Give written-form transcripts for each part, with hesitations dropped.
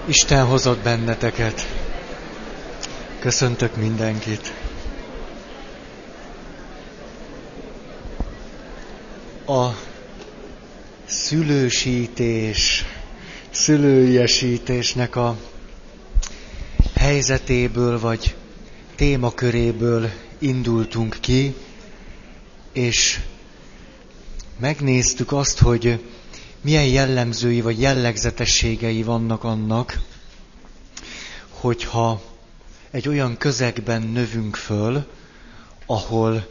Isten hozott benneteket. Köszöntök mindenkit. A szülőiesítésnek a helyzetéből vagy témaköréből indultunk ki, és megnéztük azt, hogy milyen jellemzői vagy jellegzetességei vannak annak, hogyha egy olyan közegben növünk föl, ahol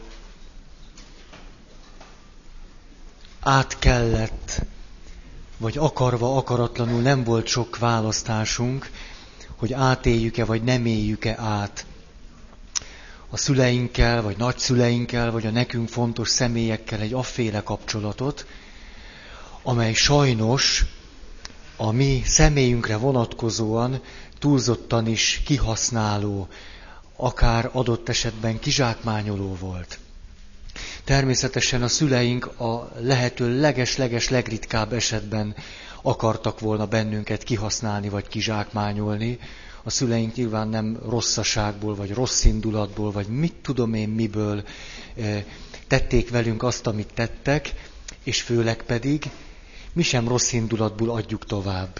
át kellett, vagy akarva, akaratlanul nem volt sok választásunk, hogy átéljük-e, vagy nem éljük-e át a szüleinkkel, vagy nagyszüleinkkel, vagy a nekünk fontos személyekkel egy afféle kapcsolatot, amely sajnos a mi személyünkre vonatkozóan túlzottan is kihasználó, akár adott esetben kizsákmányoló volt. Természetesen a szüleink a lehető leges legritkább esetben akartak volna bennünket kihasználni vagy kizsákmányolni. A szüleink nyilván nem rosszaságból, vagy rossz indulatból, vagy mit tudom én miből tették velünk azt, amit tettek, és főleg pedig mi sem rossz indulatból adjuk tovább.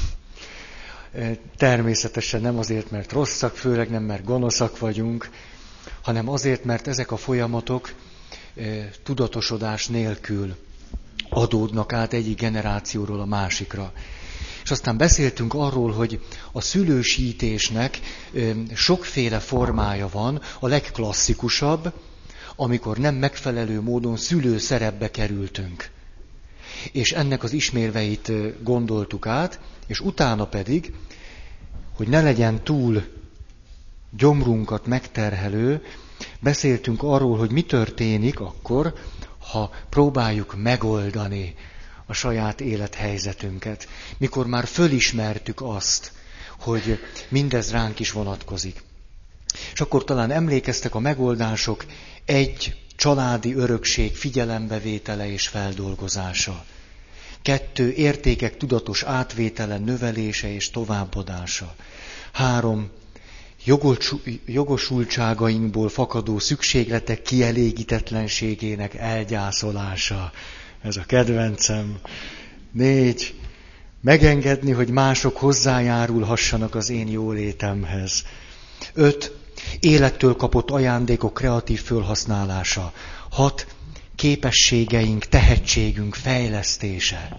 Természetesen nem azért, mert rosszak, főleg nem, mert gonoszak vagyunk, hanem azért, mert ezek a folyamatok tudatosodás nélkül adódnak át egyik generációról a másikra. És aztán beszéltünk arról, hogy a szülősítésnek sokféle formája van, a legklasszikusabb, amikor nem megfelelő módon szülőszerepbe kerültünk. És ennek az ismérveit gondoltuk át, és utána pedig, hogy ne legyen túl gyomrunkat megterhelő, beszéltünk arról, hogy mi történik akkor, ha próbáljuk megoldani a saját élethelyzetünket. Mikor már fölismertük azt, hogy mindez ránk is vonatkozik. És akkor talán emlékeztek a megoldások: 1. Családi örökség figyelembevétele és feldolgozása. 2. Értékek tudatos átvétele, növelése és továbbadása. 3. Jogosultságainkból fakadó szükségletek kielégítetlenségének elgyászolása. Ez a kedvencem. 4. Megengedni, hogy mások hozzájárulhassanak az én jólétemhez. 5. Élettől kapott ajándékok kreatív fölhasználása. 6. Képességeink, tehetségünk fejlesztése.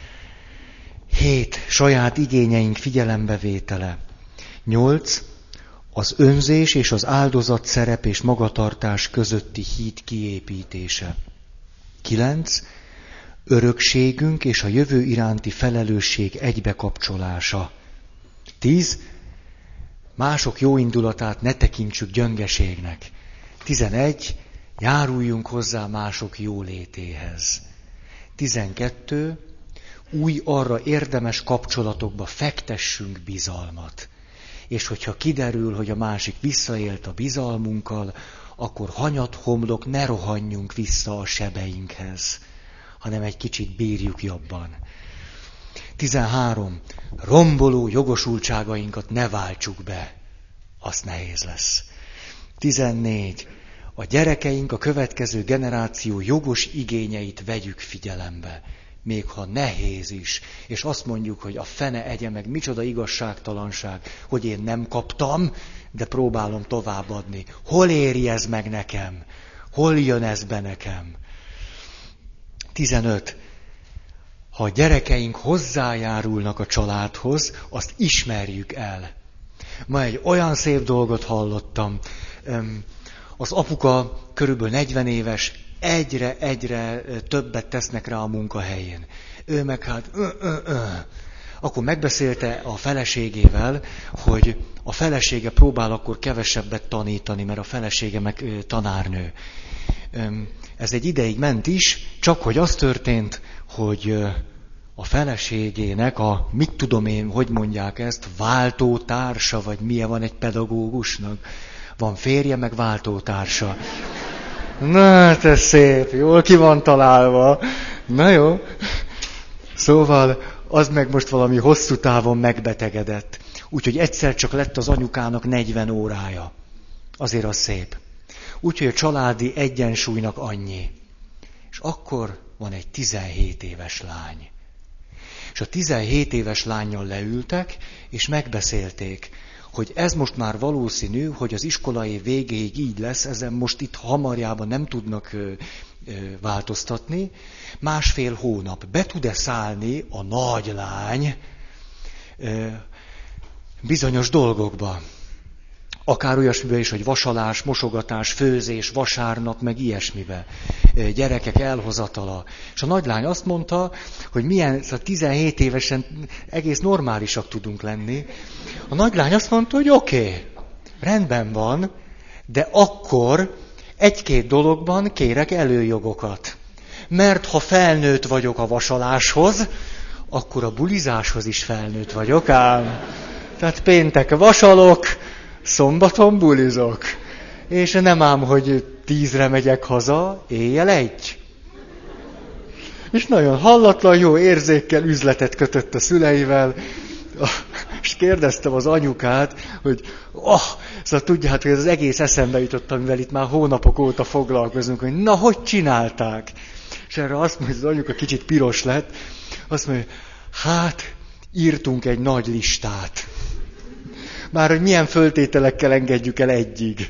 7. Saját igényeink figyelembevétele. 8. Az önzés és az áldozat szerep és magatartás közötti híd kiépítése. 9. Örökségünk és a jövő iránti felelősség egybekapcsolása. 10. Mások jó indulatát ne tekintsük gyöngeségnek. 11. Járuljunk hozzá mások jólétéhez. 12. Új arra érdemes kapcsolatokba fektessünk bizalmat. És hogyha kiderül, hogy a másik visszaélt a bizalmunkkal, akkor hanyat homlok, ne rohanjunk vissza a sebeinkhez, hanem egy kicsit bírjuk jobban. 13. Romboló jogosultságainkat ne váltsuk be. Az nehéz lesz. 14. A gyerekeink, a következő generáció jogos igényeit vegyük figyelembe. Még ha nehéz is, és azt mondjuk, hogy a fene egye meg, micsoda igazságtalanság, hogy én nem kaptam, de próbálom továbbadni. Hol éri ez meg nekem? Hol jön ez be nekem? 15. Ha a gyerekeink hozzájárulnak a családhoz, azt ismerjük el. Ma egy olyan szép dolgot hallottam. Az apuka körülbelül 40 éves, egyre többet tesznek rá a munkahelyén. Ő meg hát... Akkor megbeszélte a feleségével, hogy a felesége próbál akkor kevesebbet tanítani, mert a felesége meg tanárnő. Ez egy ideig ment is, csak hogy az történt, hogy a feleségének mit tudom én, hogy mondják ezt, váltótársa, vagy milyen van egy pedagógusnak. Van férje, meg váltótársa. Na, hát ez szép, jól ki van találva. Na jó. Szóval az meg most valami hosszú távon megbetegedett. Úgyhogy egyszer csak lett az anyukának 40 órája. Azért az szép. Úgyhogy a családi egyensúlynak annyi. És akkor van egy 17 éves lány. És a 17 éves lánnyal leültek, és megbeszélték, hogy ez most már valószínű, hogy az iskolai végéig így lesz, ezen most itt hamarjában nem tudnak változtatni. 1,5 hónap. Be tud-e szállni a nagy lány bizonyos dolgokba? Akár olyasmiben is, hogy vasalás, mosogatás, főzés, vasárnap, meg ilyesmibe. Gyerekek elhozatala. És a nagylány azt mondta, hogy milyen, 17 évesen egész normálisak tudunk lenni. A nagylány azt mondta, hogy oké, rendben van, de akkor 1-2 dologban kérek előjogokat. Mert ha felnőtt vagyok a vasaláshoz, akkor a bulizáshoz is felnőtt vagyok ám. Tehát péntek vasalok, szombaton bulizok. És nem ám, hogy 10-re megyek haza, éjjel 1. És nagyon hallatlan, jó érzékkel üzletet kötött a szüleivel. És kérdeztem az anyukát, hogy szóval tudjátok, hogy ez az egész eszembe jutott, amivel itt már hónapok óta foglalkozunk, hogy na, hogy csinálták? És erre azt mondja, az anyuka kicsit piros lett, azt mondja, hát írtunk egy nagy listát. Már hogy milyen föltételekkel engedjük el 1-ig.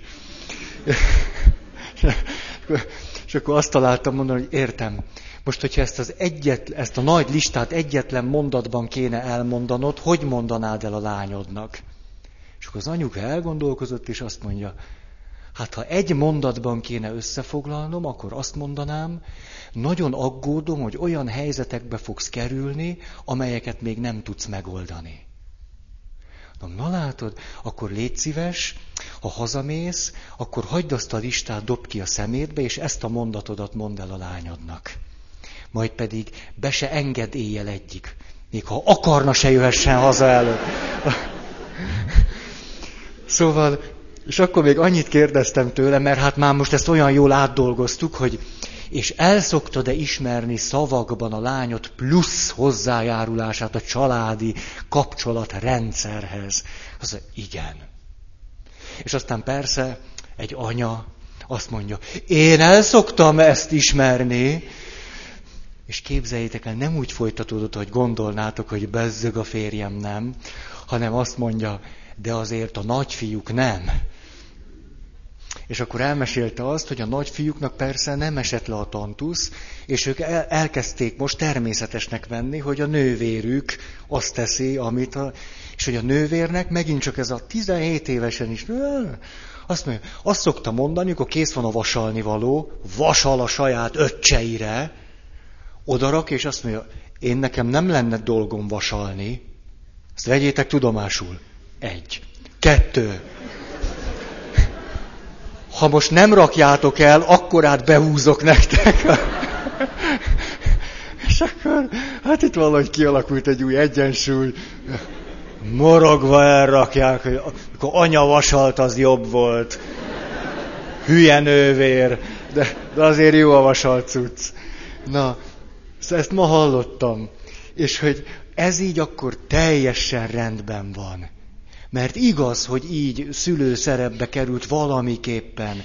És akkor azt találtam mondani, hogy értem. Most, hogyha ezt a nagy listát egyetlen mondatban kéne elmondanod, hogy mondanád el a lányodnak? És akkor az anyuka elgondolkozott, és azt mondja, hát ha egy mondatban kéne összefoglalnom, akkor azt mondanám, nagyon aggódom, hogy olyan helyzetekbe fogsz kerülni, amelyeket még nem tudsz megoldani. Na látod, akkor légy szíves, ha hazamész, akkor hagyd azt a listát, dobd ki a szemétbe, és ezt a mondatodat mondd el a lányodnak. Majd pedig be se engedd éjjel 1-ig. Még ha akarna, se jöhessen haza előtt. Szóval, és akkor még annyit kérdeztem tőle, mert hát már most ezt olyan jól átdolgoztuk, hogy és el szoktad-e ismerni szavakban a lányod plusz hozzájárulását a családi kapcsolatrendszerhez? Az igen. És aztán persze egy anya azt mondja, én el szoktam ezt ismerni, és képzeljétek el, nem úgy folytatódott, hogy gondolnátok, hogy bezzög a férjem, nem, hanem azt mondja, de azért a nagyfiúk nem. És akkor elmesélte azt, hogy a nagyfiúknak persze nem esett le a tantusz, és ők elkezdték most természetesnek venni, hogy a nővérük azt teszi, és hogy a nővérnek megint csak ez a 17 évesen is, azt szokta mondani, akkor kész van a vasalnivaló, vasal a saját öccseire, odarak, és azt mondja, én nekem nem lenne dolgom vasalni, ezt vegyétek tudomásul. 1. 2. Ha most nem rakjátok el, akkorát behúzok nektek. És akkor, hát itt valahogy kialakult egy új egyensúly. Morogva elrakják, hogy akkor anya vasalt, az jobb volt. Hülye nővér, de azért jó a vasalt cucc. Na, ezt ma hallottam. És hogy ez így akkor teljesen rendben van. Mert igaz, hogy így szülőszerepbe került valamiképpen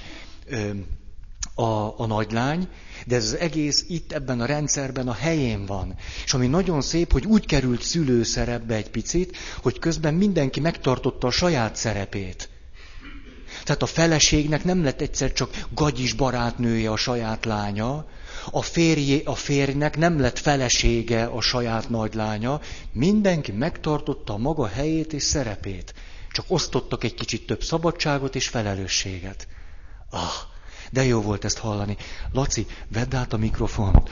a nagylány, de ez az egész itt ebben a rendszerben a helyén van. És ami nagyon szép, hogy úgy került szülőszerepbe egy picit, hogy közben mindenki megtartotta a saját szerepét. Tehát a feleségnek nem lett egyszer csak gagyis barátnője a saját lánya, a férjnek nem lett felesége a saját nagylánya, mindenki megtartotta a maga helyét és szerepét. Csak osztottak egy kicsit több szabadságot és felelősséget. De jó volt ezt hallani. Laci, vedd át a mikrofont.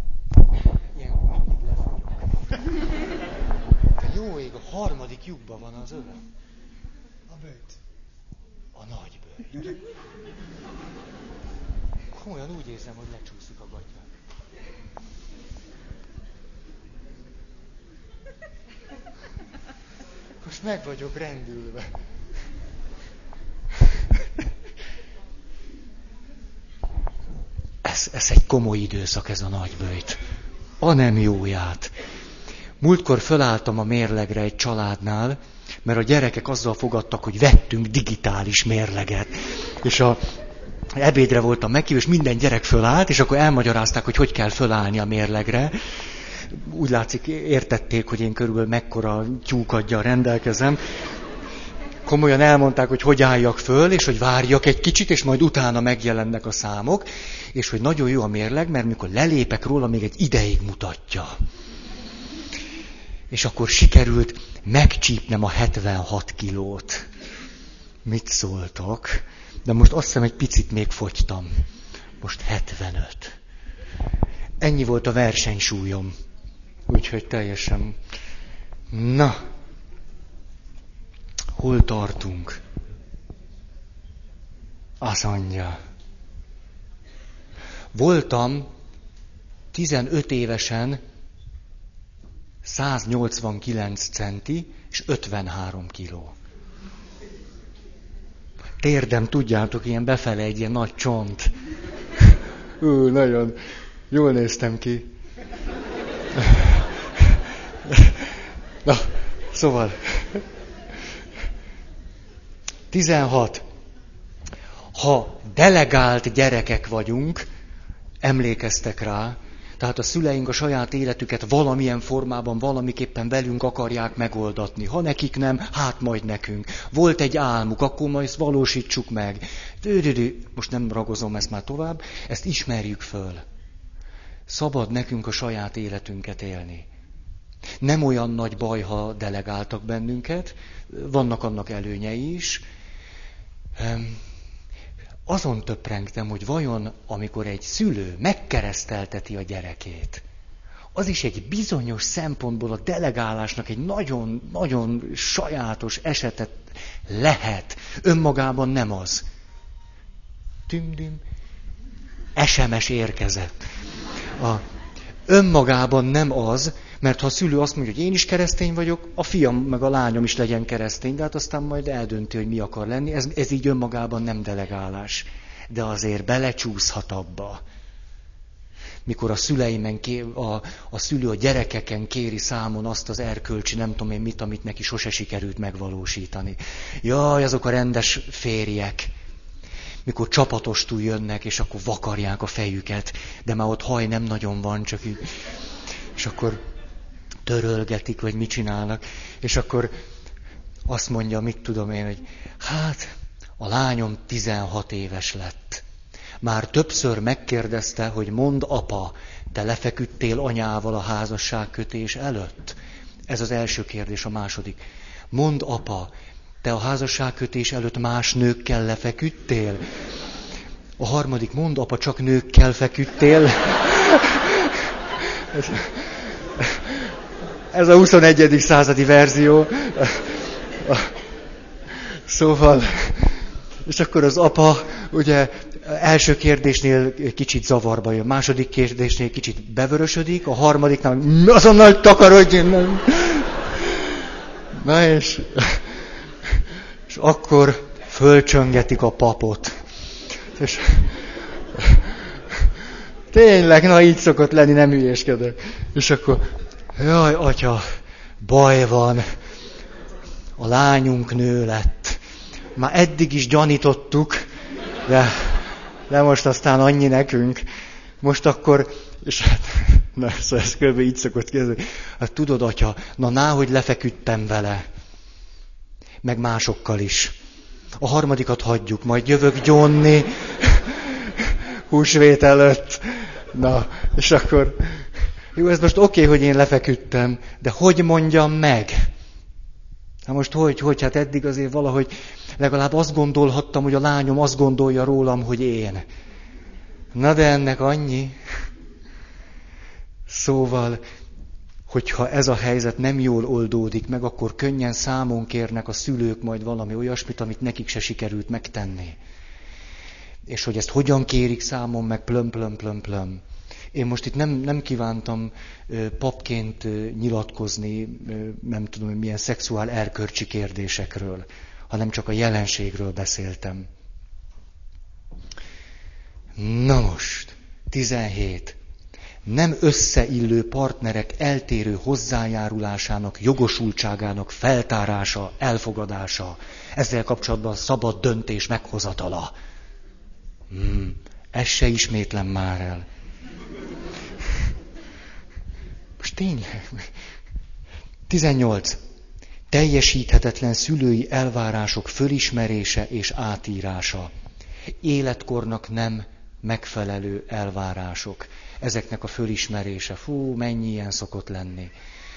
De jó ég, a 3. lyukban van az öve. A bőt. A nagy bőt. Komolyan úgy érzem, hogy lecsúszik a gatyám. Most meg vagyok rendülve. Ez egy komoly időszak, ez a nagyböjt. A nem jóját. Múltkor fölálltam a mérlegre egy családnál, mert a gyerekek azzal fogadtak, hogy vettünk digitális mérleget. És ebédre voltam meghívva, és minden gyerek fölállt, és akkor elmagyarázták, hogy kell fölállni a mérlegre. Úgy látszik, értették, hogy én körülbelül mekkora tyúkaggyal rendelkezem. Komolyan elmondták, hogy álljak föl, és hogy várjak egy kicsit, és majd utána megjelennek a számok, és hogy nagyon jó a mérleg, mert mikor lelépek róla, még egy ideig mutatja. És akkor sikerült megcsípnem a 76 kilót. Mit szóltak? De most azt hiszem, egy picit még fogytam. Most 75. Ennyi volt a versenysúlyom. Úgyhogy teljesen... Na, hol tartunk? Azt mondja. Voltam 15 évesen 189 centi és 53 kiló. Térdem, tudjátok, ilyen befele egy ilyen nagy csont. Nagyon jól néztem ki. Na, szóval. 16. Ha delegált gyerekek vagyunk, emlékeztek rá, tehát a szüleink a saját életüket valamilyen formában, valamiképpen velünk akarják megoldatni. Ha nekik nem, hát majd nekünk. Volt egy álmuk, akkor majd ezt valósítsuk meg. Most nem ragozom ezt már tovább, ezt ismerjük föl. Szabad nekünk a saját életünket élni. Nem olyan nagy baj, ha delegáltak bennünket, vannak annak előnyei is. Azon töprengtem, hogy vajon, amikor egy szülő megkeresztelteti a gyerekét, az is egy bizonyos szempontból a delegálásnak egy nagyon, nagyon sajátos esetet lehet. Önmagában nem az. Tüm-dim. SMS érkezett. Önmagában nem az, mert ha a szülő azt mondja, hogy én is keresztény vagyok, a fiam meg a lányom is legyen keresztény, de hát aztán majd eldönti, hogy mi akar lenni. Ez így önmagában nem delegálás. De azért belecsúszhat abba. Mikor a szüleimen, a szülő a gyerekeken kéri számon azt az erkölcsi, nem tudom én mit, amit neki sose sikerült megvalósítani. Jaj, azok a rendes férjek. Mikor csapatostul jönnek, és akkor vakarják a fejüket, de már ott haj nem nagyon van, csak így. És akkor törölgetik, vagy mit csinálnak, és akkor azt mondja, mit tudom én, hogy hát a lányom 16 éves lett. Már többször megkérdezte, hogy mondd apa, te lefeküdtél anyával a házasságkötés előtt? Ez az első kérdés, a második. Mondd apa, te a házasságkötés előtt más nőkkel lefeküdtél? A harmadik, mondd apa, csak nőkkel feküdtél? Ez a 21. századi verzió. Szóval, és akkor az apa, ugye, első kérdésnél kicsit zavarba jön, második kérdésnél kicsit bevörösödik, a harmadiknál azonnal takarodj innen. Na és akkor fölcsöngetik a papot. És tényleg, na így szokott lenni, nem hülyéskedek. És akkor, jaj, atya, baj van, a lányunk nő lett. Már eddig is gyanítottuk, de most aztán annyi nekünk. Most akkor, és hát, na, szóval ez kb. Így szokott kérdezni. Hát tudod, atya, hogy lefeküdtem vele. Meg másokkal is. A harmadikat hagyjuk, majd jövök gyónni. Húsvét előtt. Na, és akkor... Jó, ez most oké, hogy én lefeküdtem, de hogy mondjam meg? Na most hogy? Hát eddig azért valahogy legalább azt gondolhattam, hogy a lányom azt gondolja rólam, hogy én. Na de ennek annyi. Szóval, hogyha ez a helyzet nem jól oldódik meg, akkor könnyen számon kérnek a szülők majd valami olyasmit, amit nekik se sikerült megtenni. És hogy ezt hogyan kérik számon meg, plöm. Én most itt nem kívántam papként nyilatkozni, nem tudom, milyen szexuál erkölcsi kérdésekről, hanem csak a jelenségről beszéltem. Na most, 17. nem összeillő partnerek eltérő hozzájárulásának, jogosultságának feltárása, elfogadása. Ezzel kapcsolatban szabad döntés meghozatala. Ezt se ismétlem már el. Most tényleg. 18. Teljesíthetetlen szülői elvárások fölismerése és átírása. Életkornak nem megfelelő elvárások. Ezeknek a fölismerése. Fú, mennyi ilyen szokott lenni.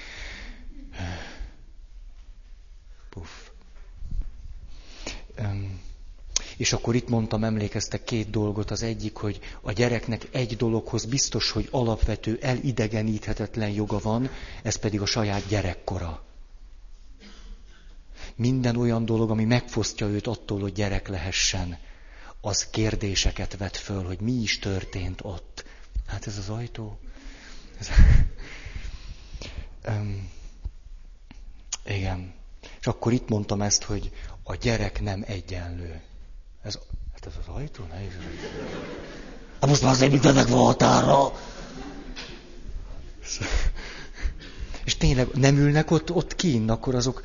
Puff. És akkor itt mondtam, emlékeztek 2 dolgot. Az egyik, hogy a gyereknek egy dologhoz biztos, hogy alapvető, elidegeníthetetlen joga van, ez pedig a saját gyerekkora. Minden olyan dolog, ami megfosztja őt attól, hogy gyerek lehessen, az kérdéseket vet föl, hogy mi is történt ott. Hát ez az ajtó. Igen. És akkor itt mondtam ezt, hogy a gyerek nem egyenlő. Ez az ajtó? Hát most már azért mit ennek van határa? És tényleg nem ülnek ott kinn, akkor azok...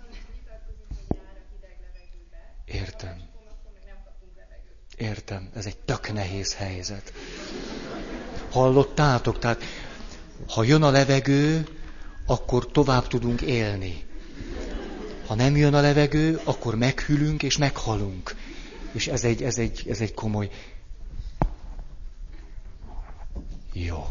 Értem, ez egy tök nehéz helyzet. Hallottátok? Tehát, ha jön a levegő, akkor tovább tudunk élni. Ha nem jön a levegő, akkor meghűlünk és meghalunk. És ez egy komoly... Jó.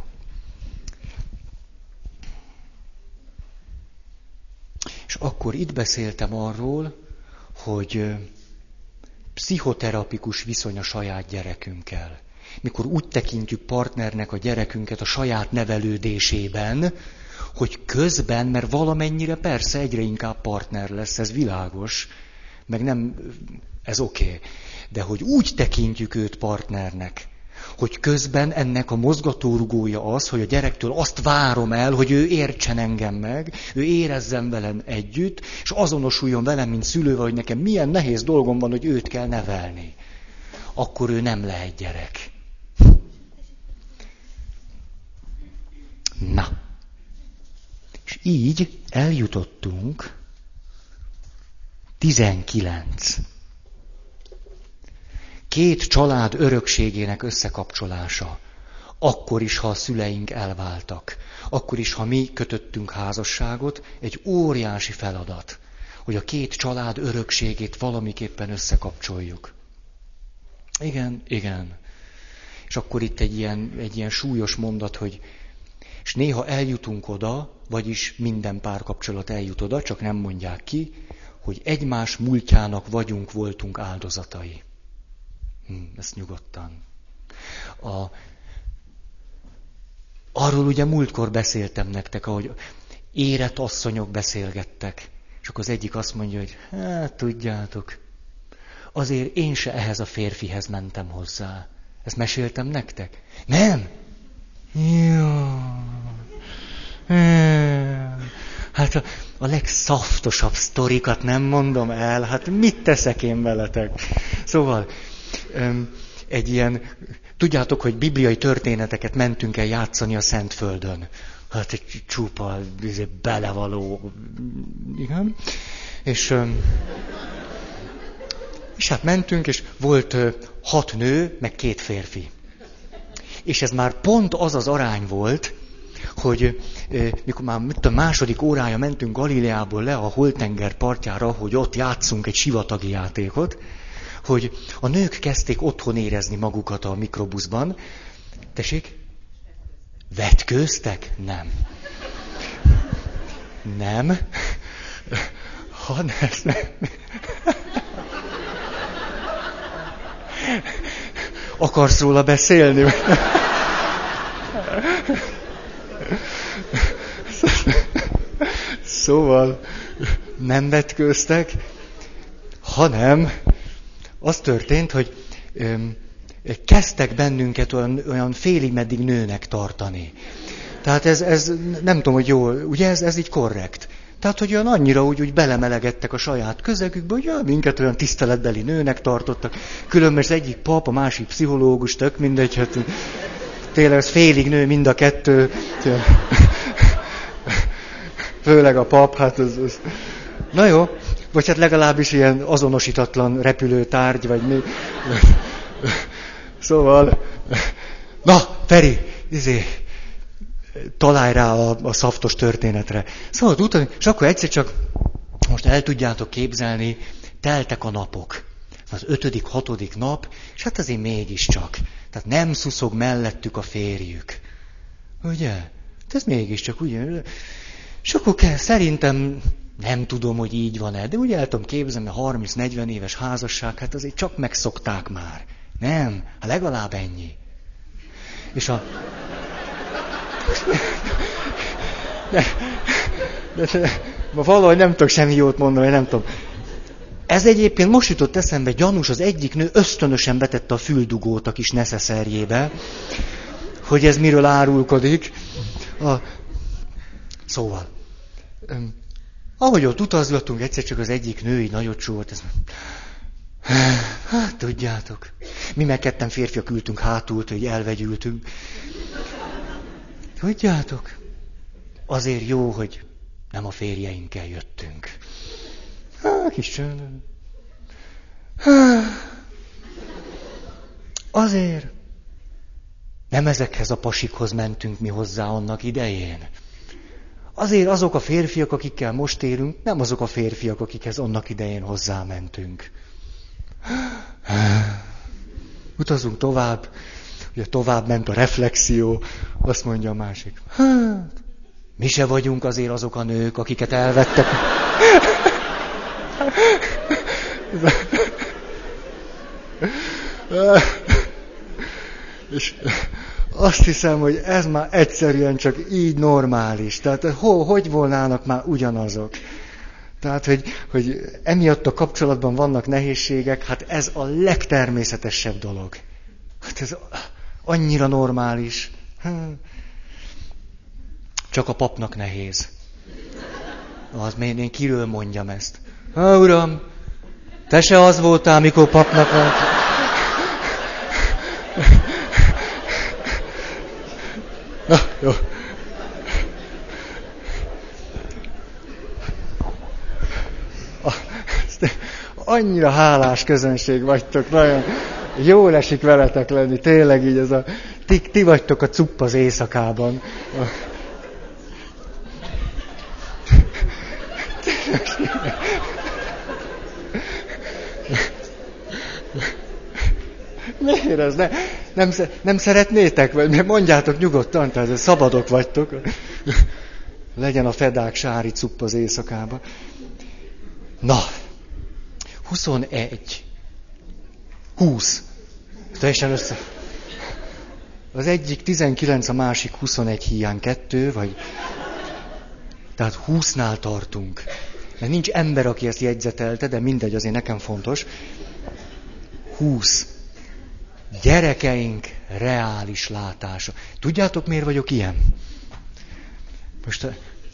És akkor itt beszéltem arról, hogy pszichoterapikus viszony a saját gyerekünkkel. Mikor úgy tekintjük partnernek a gyerekünket a saját nevelődésében, hogy közben, mert valamennyire persze egyre inkább partner lesz, ez világos, meg nem, ez oké. De hogy úgy tekintjük őt partnernek, hogy közben ennek a mozgatórugója az, hogy a gyerektől azt várom el, hogy ő értsen engem meg, ő érezzen velem együtt, és azonosuljon velem, mint szülővel, hogy nekem milyen nehéz dolgom van, hogy őt kell nevelni. Akkor ő nem lehet gyerek. Na. És így eljutottunk 19. 2 család örökségének összekapcsolása. Akkor is, ha a szüleink elváltak. Akkor is, ha mi kötöttünk házasságot, egy óriási feladat, hogy a 2 család örökségét valamiképpen összekapcsoljuk. Igen. És akkor itt egy ilyen súlyos mondat, hogy és néha eljutunk oda, vagyis minden párkapcsolat eljut oda, csak nem mondják ki, hogy egymás múltjának voltunk áldozatai. Ezt nyugodtan. Arról ugye múltkor beszéltem nektek, ahogy érett asszonyok beszélgettek, és akkor az egyik azt mondja, hogy hát tudjátok, azért én se ehhez a férfihez mentem hozzá. Ezt meséltem nektek? Nem? Jó. Hát a legszaftosabb sztorikat nem mondom el, hát mit teszek én veletek? Szóval egy ilyen, tudjátok, hogy bibliai történeteket mentünk el játszani a Szentföldön. Hát egy csupa belevaló, igen. És hát mentünk, és volt 6 nő, meg 2 férfi. És ez már pont az az arány volt, hogy mikor már a második órája mentünk Galileából le a Holtenger partjára, hogy ott játszunk egy sivatagi játékot, hogy a nők kezdték otthon érezni magukat a mikrobuszban. Tessék? Vetkőztek? Nem. Nem. Nem. Akarsz róla beszélni? Szóval nem vetkőztek, hanem az történt, hogy kezdtek bennünket olyan félig meddig nőnek tartani. Tehát ez nem tudom, hogy jó, ugye ez így korrekt. Tehát, hogy olyan annyira úgy belemelegedtek a saját közegükbe, hogy minket olyan tiszteletbeli nőnek tartottak. Különben az egyik pap, a másik pszichológus, tök mindegy. Hát, Tényleg ez félig nő mind a kettő. Főleg a pap, hát ez. Na jó, vagy hát legalábbis ilyen azonosítatlan repülőtárgy, vagy mi. Szóval, na, Feri, találj rá a szaftos történetre. Szóval utána, és akkor egyszer csak, most el tudjátok képzelni, teltek a napok. Az 5., 6. nap, és hát azért mégiscsak. Tehát nem szuszog mellettük a férjük. Ugye? Ez mégiscsak, ugye? És akkor szerintem, nem tudom, hogy így van-e, de ugye el tudom képzelni, 30-40 éves házasság, hát azért csak megszokták már. Nem, hát legalább ennyi. És ma valahogy nem tudok semmi jót mondani, nem tudom. Ez egyébként most jutott eszembe, gyanús, az egyik nő ösztönösen betette a füldugót a kis neszeszerjébe, hogy ez miről árulkodik. Szóval, ahogy ott utazgatunk, egyszer csak az egyik nő így nagyot csúvolt, ez hát tudjátok. Mi meg ketten férfiak ültünk hátult, hogy elvegyültünk. Tudjátok, azért jó, hogy nem a férjeinkkel jöttünk. Azért nem ezekhez a pasikhoz mentünk mi hozzá annak idején. Azért azok a férfiak, akikkel most élünk, nem azok a férfiak, akikhez annak idején hozzámentünk. Utazunk tovább, ugye tovább ment a reflexió, azt mondja a másik. Hát, mi se vagyunk azért azok a nők, akiket elvettek. És azt hiszem, hogy ez már egyszerűen csak így normális. Tehát hogy volnának már ugyanazok? Tehát, hogy emiatt a kapcsolatban vannak nehézségek, hát ez a legtermészetesebb dolog. Hát ez annyira normális. Csak a papnak nehéz. Az én kiről mondjam ezt? Uram, te se az voltál, mikor papnak volt. Na, jó. Annyira hálás közönség vagytok, nagyon jól esik veletek lenni, tényleg így ez a... Ti vagytok a cupp az éjszakában. Miért ez? Nem szeretnétek? Vagy mondjátok nyugodtan, tehát szabadok vagytok. Legyen a fedák sári cupp az éjszakában. Na, 21. 20. Teljesen össze. Az egyik 19, a másik 21 hiány 2, vagy... Tehát 20-nál tartunk. Mert nincs ember, aki ezt jegyzetelte, de mindegy, azért nekem fontos. 20. Gyerekeink reális látása. Tudjátok, miért vagyok ilyen? Most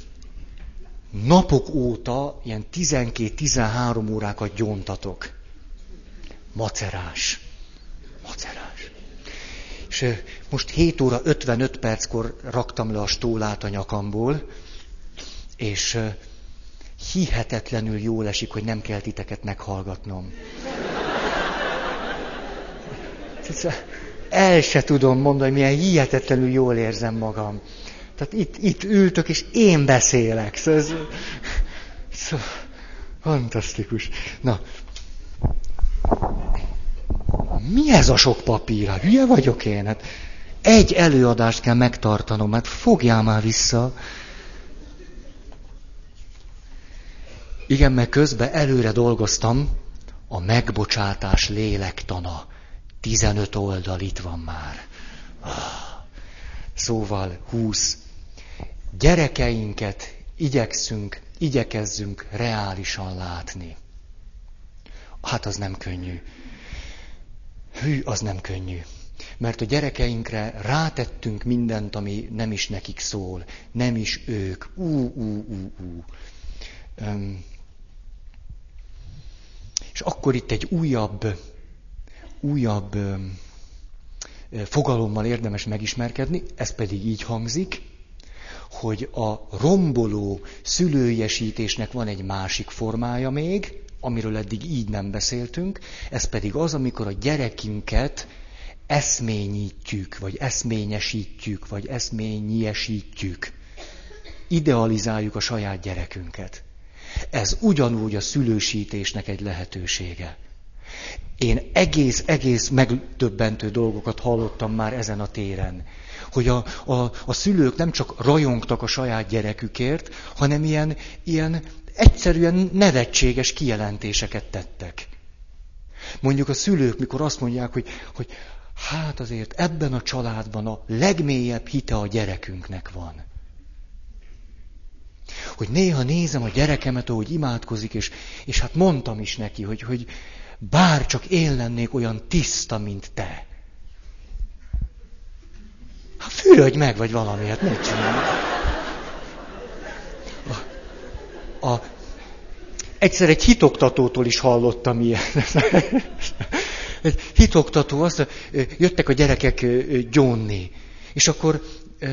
napok óta ilyen 12-13 órákat gyóntatok. Macerás. És most 7 óra 55 perckor raktam le a stólát a nyakamból, és hihetetlenül jól esik, hogy nem kell titeket meghallgatnom. El se tudom mondani, hogy milyen hihetetlenül jól érzem magam. Tehát itt ültök, és én beszélek. Szóval ez fantasztikus. Na, mi ez a sok papír? Hát hülye vagyok én? Hát egy előadást kell megtartanom, hát fogjál már vissza. Igen, meg közben előre dolgoztam, a megbocsátás lélektana. 15 oldal itt van már. Szóval 20. Gyerekeinket igyekezzünk reálisan látni. Hát az nem könnyű. Az nem könnyű. Mert a gyerekeinkre rátettünk mindent, ami nem is nekik szól. Nem is ők. És akkor itt egy újabb fogalommal érdemes megismerkedni, ez pedig így hangzik, hogy a romboló szülőiesítésnek van egy másik formája még, amiről eddig így nem beszéltünk, ez pedig az, amikor a gyerekünket eszményítjük, vagy eszményesítjük, vagy eszményiesítjük. Idealizáljuk a saját gyerekünket. Ez ugyanúgy a szülősítésnek egy lehetősége. Én egész megdöbbentő dolgokat hallottam már ezen a téren. Hogy a szülők nem csak rajongtak a saját gyerekükért, hanem ilyen egyszerűen nevetséges kijelentéseket tettek. Mondjuk a szülők, mikor azt mondják, hogy hát azért ebben a családban a legmélyebb hite a gyerekünknek van. Hogy néha nézem a gyerekemet, ahogy imádkozik, és hát mondtam is neki, hogy bár csak én lennék olyan tiszta, mint te. Hát fürödj meg, vagy valamiért, mit csinálj? Egyszer egy hitoktatótól is hallottam ilyet. Egy hitoktató, jöttek a gyerekek gyónni, és akkor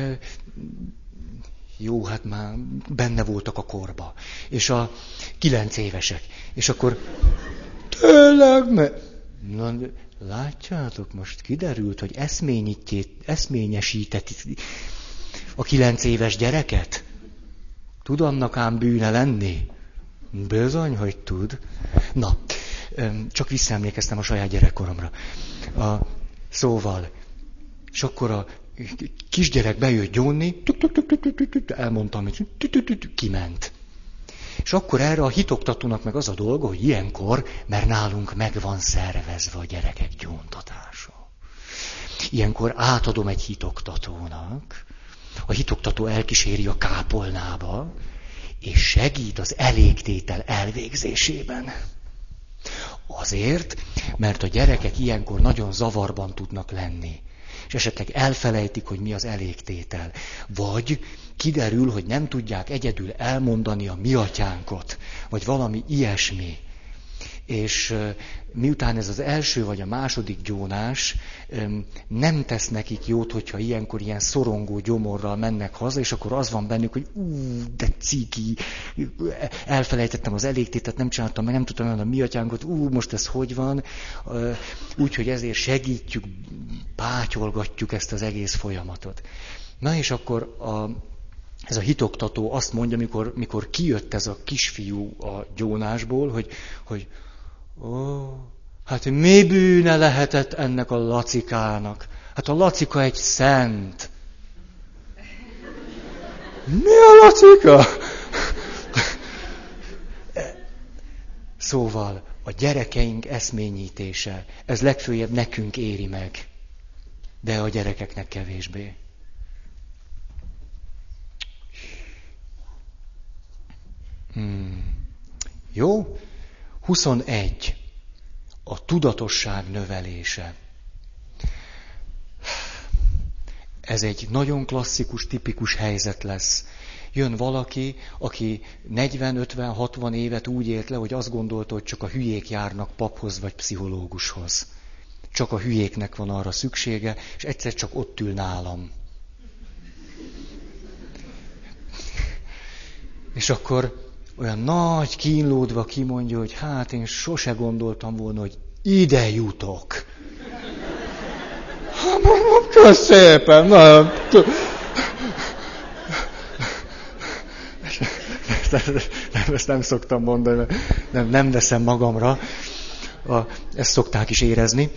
jó, hát már benne voltak a korba, és a 9 évesek, és akkor tényleg, na, látjátok, most kiderült, hogy eszményesített a 9 éves gyereket? Tud annak ám bűne lenni? Bizony, hogy tud. Na, csak visszaemlékeztem a saját gyerekkoromra. Szóval, és akkor a kisgyerek bejött gyónni, elmondtam, hogy kiment. És akkor erre a hitoktatónak meg az a dolga, hogy ilyenkor, mert nálunk meg van szervezve a gyerekek gyóntatása. Ilyenkor átadom egy hitoktatónak, a hitoktató elkíséri a kápolnába, és segít az elégtétel elvégzésében. Azért, mert a gyerekek ilyenkor nagyon zavarban tudnak lenni. És esetleg elfelejtik, hogy mi az elégtétel. Vagy kiderül, hogy nem tudják egyedül elmondani a mi atyánkot, vagy valami ilyesmi. És miután ez az első vagy a második gyónás, nem tesz nekik jót, hogyha ilyenkor ilyen szorongó gyomorral mennek haza, és akkor az van bennük, hogy de ciki, elfelejtettem az elégtétet, nem csináltam meg, nem tudtam elmondani a mi atyánkot, most ez hogy van. Úgyhogy ezért segítjük, pátyolgatjuk ezt az egész folyamatot. Na és akkor ez a hitoktató azt mondja, mikor kijött ez a kisfiú a gyónásból, hogy hát mi bűne lehetett ennek a Lacikának? Hát a Lacika egy szent. Mi a Lacika? Szóval a gyerekeink eszményítése, ez legfőjebb nekünk éri meg, de a gyerekeknek kevésbé. Jó? 21. A tudatosság növelése. Ez egy nagyon klasszikus, tipikus helyzet lesz. Jön valaki, aki 40-50-60 évet úgy élt le, hogy azt gondolta, hogy csak a hülyék járnak paphoz vagy pszichológushoz. Csak a hülyéknek van arra szüksége, és egyszer csak ott ül nálam. És akkor olyan nagy kínlódva kimondja, hogy hát én sose gondoltam volna, hogy ide jutok. Köszönöm szépen! Nem. Ezt nem szoktam mondani, nem veszem magamra. Ezt szokták is érezni.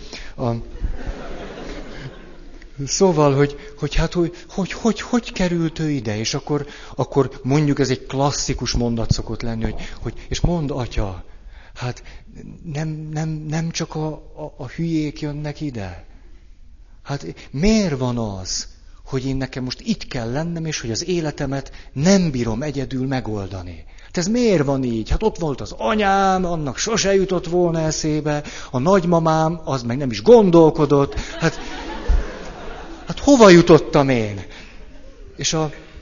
Szóval, hogy került ő ide, és akkor mondjuk ez egy klasszikus mondat szokott lenni, hogy és mondd, atya, hát nem csak a hülyék jönnek ide. Hát miért van az, hogy én nekem most itt kell lennem, és hogy az életemet nem bírom egyedül megoldani? Hát ez miért van így? Hát ott volt az anyám, annak sose jutott volna eszébe, a nagymamám, az meg nem is gondolkodott. Hát hova jutottam én? És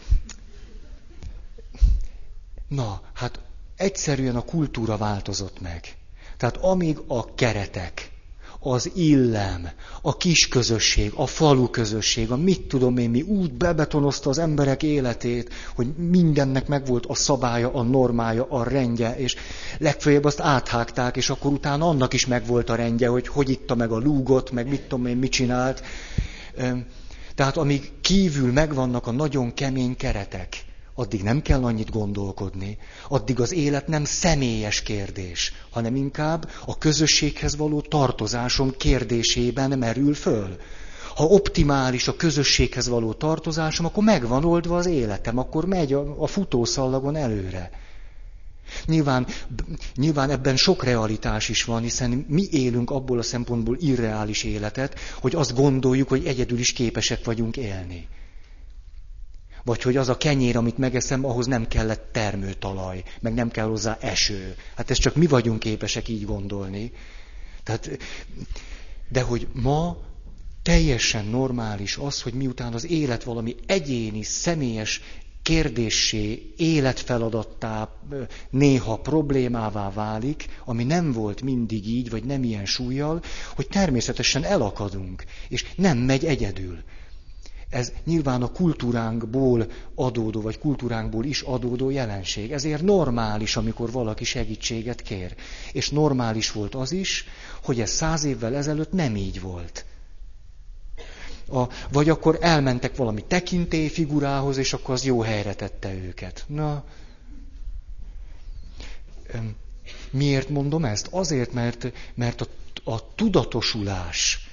hát egyszerűen a kultúra változott meg. Tehát amíg a keretek, az illem, a kis közösség, a falu közösség, a mit tudom én mi, úgy bebetonozta az emberek életét, hogy mindennek megvolt a szabálya, a normája, a rendje, és legfeljebb azt áthágták, és akkor utána annak is megvolt a rendje, hogy itta meg a lúgot, meg mit tudom én, mit csinált. Tehát amíg kívül megvannak a nagyon kemény keretek, addig nem kell annyit gondolkodni, addig az élet nem személyes kérdés, hanem inkább a közösséghez való tartozásom kérdésében merül föl. Ha optimális a közösséghez való tartozásom, akkor megvan oldva az életem, akkor megy a futószallagon előre. Nyilván ebben sok realitás is van, hiszen mi élünk abból a szempontból irreális életet, hogy azt gondoljuk, hogy egyedül is képesek vagyunk élni. Vagy hogy az a kenyér, amit megeszem, ahhoz nem kellett termőtalaj, meg nem kell hozzá eső. Hát ezt csak mi vagyunk képesek így gondolni. De hogy ma teljesen normális az, hogy miután az élet valami egyéni, személyes kérdéssé, életfeladattá, néha problémává válik, ami nem volt mindig így, vagy nem ilyen súllyal, hogy természetesen elakadunk, és nem megy egyedül. Ez nyilván a kultúránkból adódó, vagy kultúránkból is adódó jelenség. Ezért normális, amikor valaki segítséget kér. És normális volt az is, hogy ez 100 évvel ezelőtt nem így volt. Vagy akkor elmentek valami tekintélyfigurához, és akkor az jó helyre tette őket. Na, miért mondom ezt? Azért, mert a tudatosulás,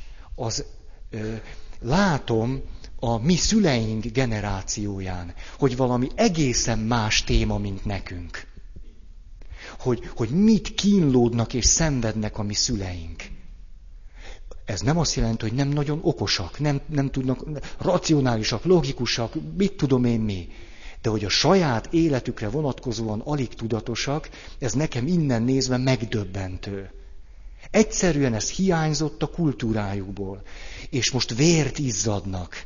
látom a mi szüleink generációján, hogy valami egészen más téma, mint nekünk. Hogy mit kínlódnak és szenvednek a mi szüleink. Ez nem azt jelenti, hogy nem nagyon okosak, nem tudnak racionálisak, logikusak, mit tudom én mi. De hogy a saját életükre vonatkozóan alig tudatosak, ez nekem innen nézve megdöbbentő. Egyszerűen ez hiányzott a kultúrájukból. És most vért izzadnak.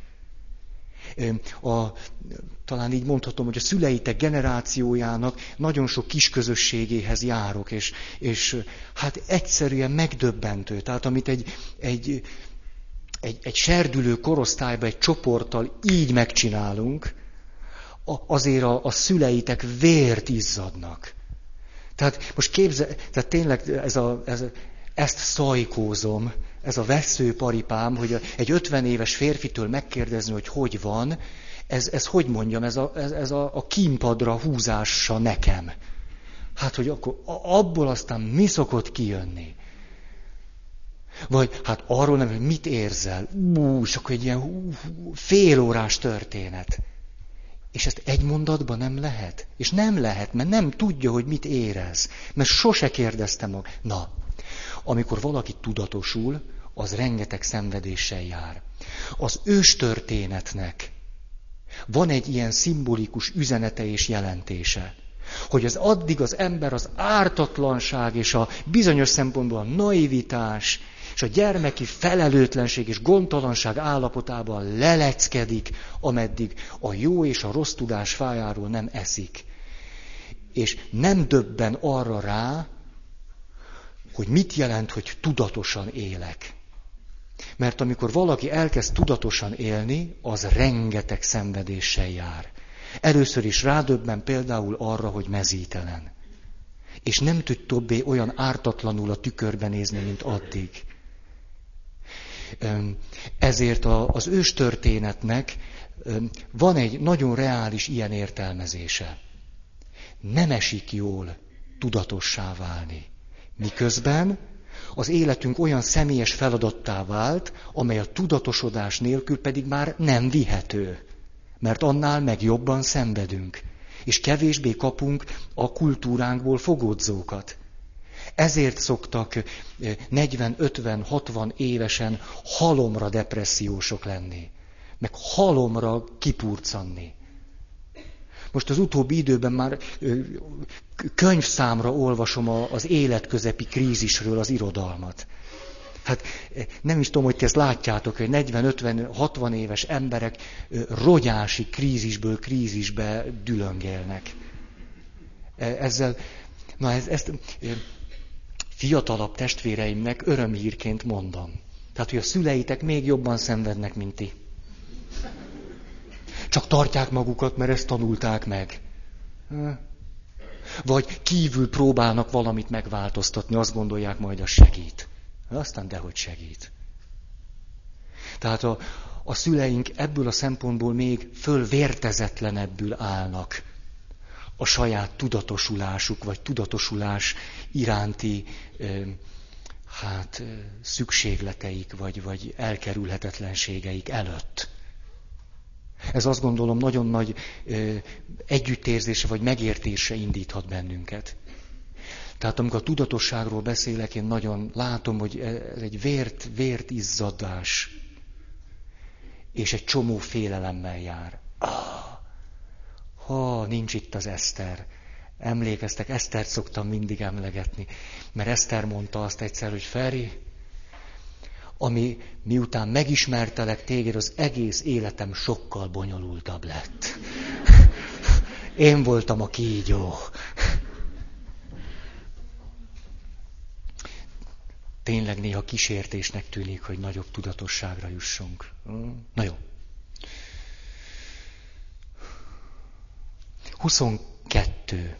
Talán így mondhatom, hogy a szüleitek generációjának nagyon sok kisközösségéhez járok, és hát egyszerűen megdöbbentő. Tehát amit egy serdülő korosztályban egy csoporttal így megcsinálunk, azért a szüleitek vért izzadnak. Tehát most tehát tényleg ezt szajkózom, ez a vesszőparipám, hogy egy 50 éves férfitől megkérdezni, hogy van, ez hogy mondjam, ez a kínpadra húzása nekem. Hát, hogy akkor abból aztán mi szokott kijönni? Vagy hát arról nem, hogy mit érzel? És akkor egy ilyen félórás történet. És ezt egy mondatban nem lehet. És nem lehet, mert nem tudja, hogy mit érez. Mert sose kérdeztem meg. Na, amikor valaki tudatosul, az rengeteg szenvedéssel jár. Az őstörténetnek van egy ilyen szimbolikus üzenete és jelentése, hogy az addig az ember az ártatlanság és a bizonyos szempontból a naivitás és a gyermeki felelőtlenség és gondtalanság állapotában leleckedik, ameddig a jó és a rossz tudás fájáról nem eszik. És nem döbben arra rá, hogy mit jelent, hogy tudatosan élek. Mert amikor valaki elkezd tudatosan élni, az rengeteg szenvedéssel jár. Először is rádöbben például arra, hogy mezítelen. És nem tud többé olyan ártatlanul a tükörbe nézni, mint addig. Ezért az őstörténetnek van egy nagyon reális ilyen értelmezése. Nem esik jól tudatossá válni. Miközben az életünk olyan személyes feladattá vált, amely a tudatosodás nélkül pedig már nem vihető. Mert annál meg jobban szenvedünk, és kevésbé kapunk a kultúránkból fogódzókat. Ezért szoktak 40-50-60 évesen halomra depressziósok lenni, meg halomra kipurcanni. Most az utóbbi időben már könyvszámra olvasom az életközepi krízisről az irodalmat. Hát nem is tudom, hogy ti ezt látjátok, hogy 40-50-60 éves emberek rogyási krízisből krízisbe dülöngélnek. fiatalabb testvéreimnek örömhírként mondom. Tehát, hogy a szüleitek még jobban szenvednek, mint ti. Csak tartják magukat, mert ezt tanulták meg. Vagy kívül próbálnak valamit megváltoztatni, azt gondolják, majd az segít. Aztán dehogy segít. Tehát a szüleink ebből a szempontból még fölvértezetlenebbül állnak a saját tudatosulásuk, vagy tudatosulás iránti szükségleteik, vagy elkerülhetetlenségeik előtt. Ez azt gondolom nagyon nagy együttérzésre vagy megértésre indíthat bennünket. Tehát amikor a tudatosságról beszélek, én nagyon látom, hogy ez egy vért izzadás, és egy csomó félelemmel jár. Nincs itt az Eszter. Emlékeztek, Esztert szoktam mindig emlegetni, mert Eszter mondta azt egyszer, hogy Feri, miután megismertelek téged, az egész életem sokkal bonyolultabb lett. Én voltam a kígyó. Tényleg néha kísértésnek tűnik, hogy nagyobb tudatosságra jussunk. Na jó. 22.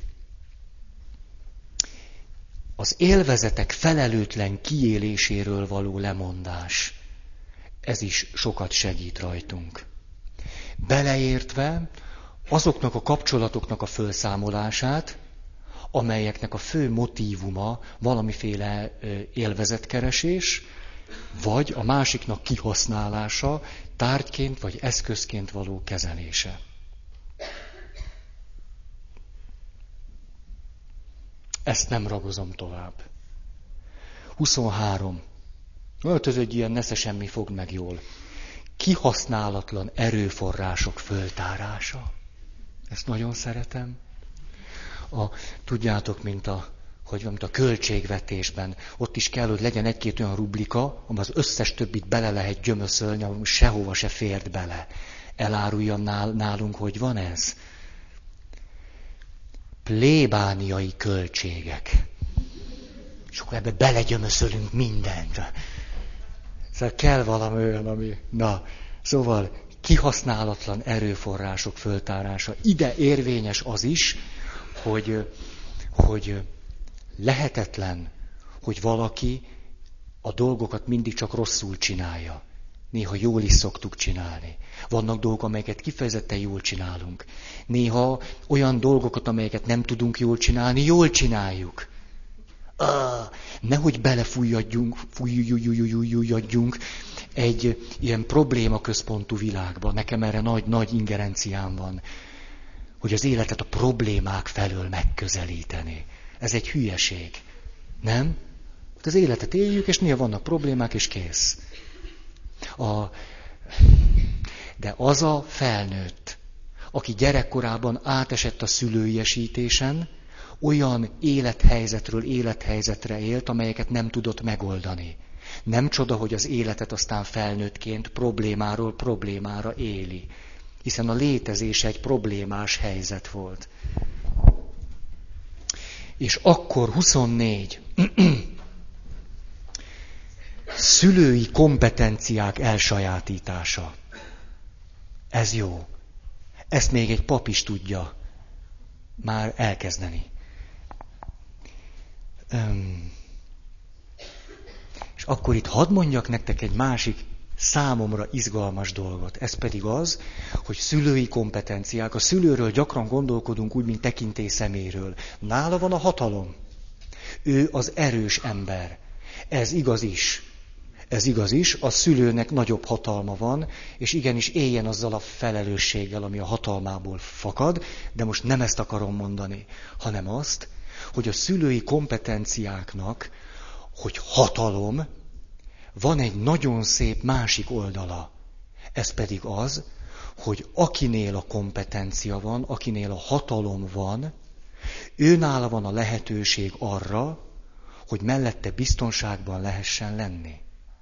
Az élvezetek felelőtlen kiéléséről való lemondás. Ez is sokat segít rajtunk. Beleértve azoknak a kapcsolatoknak a felszámolását, amelyeknek a fő motívuma valamiféle élvezetkeresés, vagy a másiknak kihasználása, tárgyként vagy eszközként való kezelése. Ezt nem ragozom tovább. 23. Ez egy ilyen nesze semmi, fogd meg jól. Kihasználatlan erőforrások föltárása. Ezt nagyon szeretem. Tudjátok, mint a költségvetésben, ott is kell, hogy legyen egy-két olyan rubrika, ami az összes többit bele lehet gyömöszölni, ami sehova se fért bele. Eláruljam nálunk, hogy van ez? Plébániai költségek. És akkor ebbe belegyömöszölünk mindent. Szóval kell valami olyan, ami... Szóval kihasználatlan erőforrások föltárása. Ide érvényes az is, hogy lehetetlen, hogy valaki a dolgokat mindig csak rosszul csinálja. Néha jól is szoktuk csinálni. Vannak dolgok, amelyeket kifejezetten jól csinálunk. Néha olyan dolgokat, amelyeket nem tudunk jól csinálni, jól csináljuk. Nehogy belefújjadjunk egy ilyen problémaközpontú világba. Nekem erre nagy ingerenciám van, hogy az életet a problémák felől megközelíteni. Ez egy hülyeség. Nem? Az életet éljük, és néha vannak problémák, és kész. De az a felnőtt, aki gyerekkorában átesett a szülőiesítésen, olyan élethelyzetről élethelyzetre élt, amelyeket nem tudott megoldani. Nem csoda, hogy az életet aztán felnőttként problémáról problémára éli. Hiszen a létezés egy problémás helyzet volt. És akkor 24. Szülői kompetenciák elsajátítása. Ez jó. Ezt még egy pap is tudja már elkezdeni. És akkor itt hadd mondjak nektek egy másik számomra izgalmas dolgot. Ez pedig az, hogy szülői kompetenciák. A szülőről gyakran gondolkodunk úgy, mint tekintély szeméről. Nála van a hatalom. Ő az erős ember. Ez igaz is. Ez igaz is, a szülőnek nagyobb hatalma van, és igenis éljen azzal a felelősséggel, ami a hatalmából fakad, de most nem ezt akarom mondani, hanem azt, hogy a szülői kompetenciáknak, hogy hatalom, van egy nagyon szép másik oldala. Ez pedig az, hogy akinél a kompetencia van, akinél a hatalom van, őnála van a lehetőség arra, hogy mellette biztonságban lehessen lenni.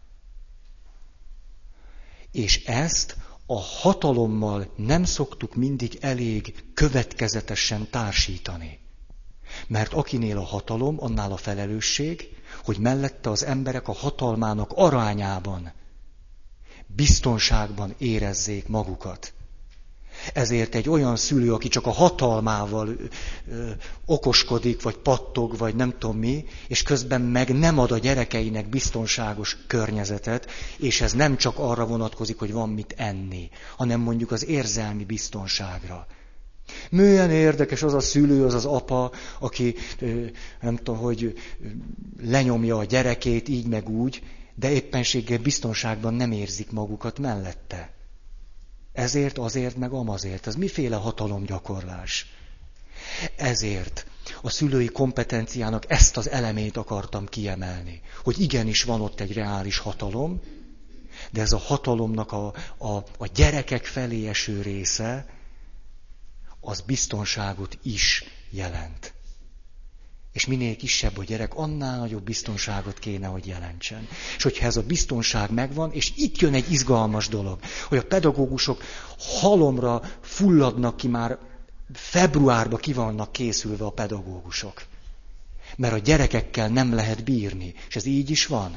És ezt a hatalommal nem szoktuk mindig elég következetesen társítani. Mert akinél a hatalom, annál a felelősség, hogy mellette az emberek a hatalmának arányában, biztonságban érezzék magukat. Ezért egy olyan szülő, aki csak a hatalmával okoskodik, vagy pattog, vagy nem tudom mi, és közben meg nem ad a gyerekeinek biztonságos környezetet, és ez nem csak arra vonatkozik, hogy van mit enni, hanem mondjuk az érzelmi biztonságra. Milyen érdekes az a szülő, az az apa, aki nem tudom, hogy lenyomja a gyerekét így meg úgy, de éppenséggel biztonságban nem érzik magukat mellette. Ezért, azért, meg amazért. Ez miféle hatalomgyakorlás? Ezért a szülői kompetenciának ezt az elemét akartam kiemelni. Hogy igenis van ott egy reális hatalom, de ez a hatalomnak a gyerekek felé eső része, az biztonságot is jelent. És minél kisebb a gyerek, annál nagyobb biztonságot kéne, hogy jelentsen. És hogyha ez a biztonság megvan, és itt jön egy izgalmas dolog, hogy a pedagógusok halomra fulladnak ki, már februárban ki vannak készülve a pedagógusok. Mert a gyerekekkel nem lehet bírni. És ez így is van.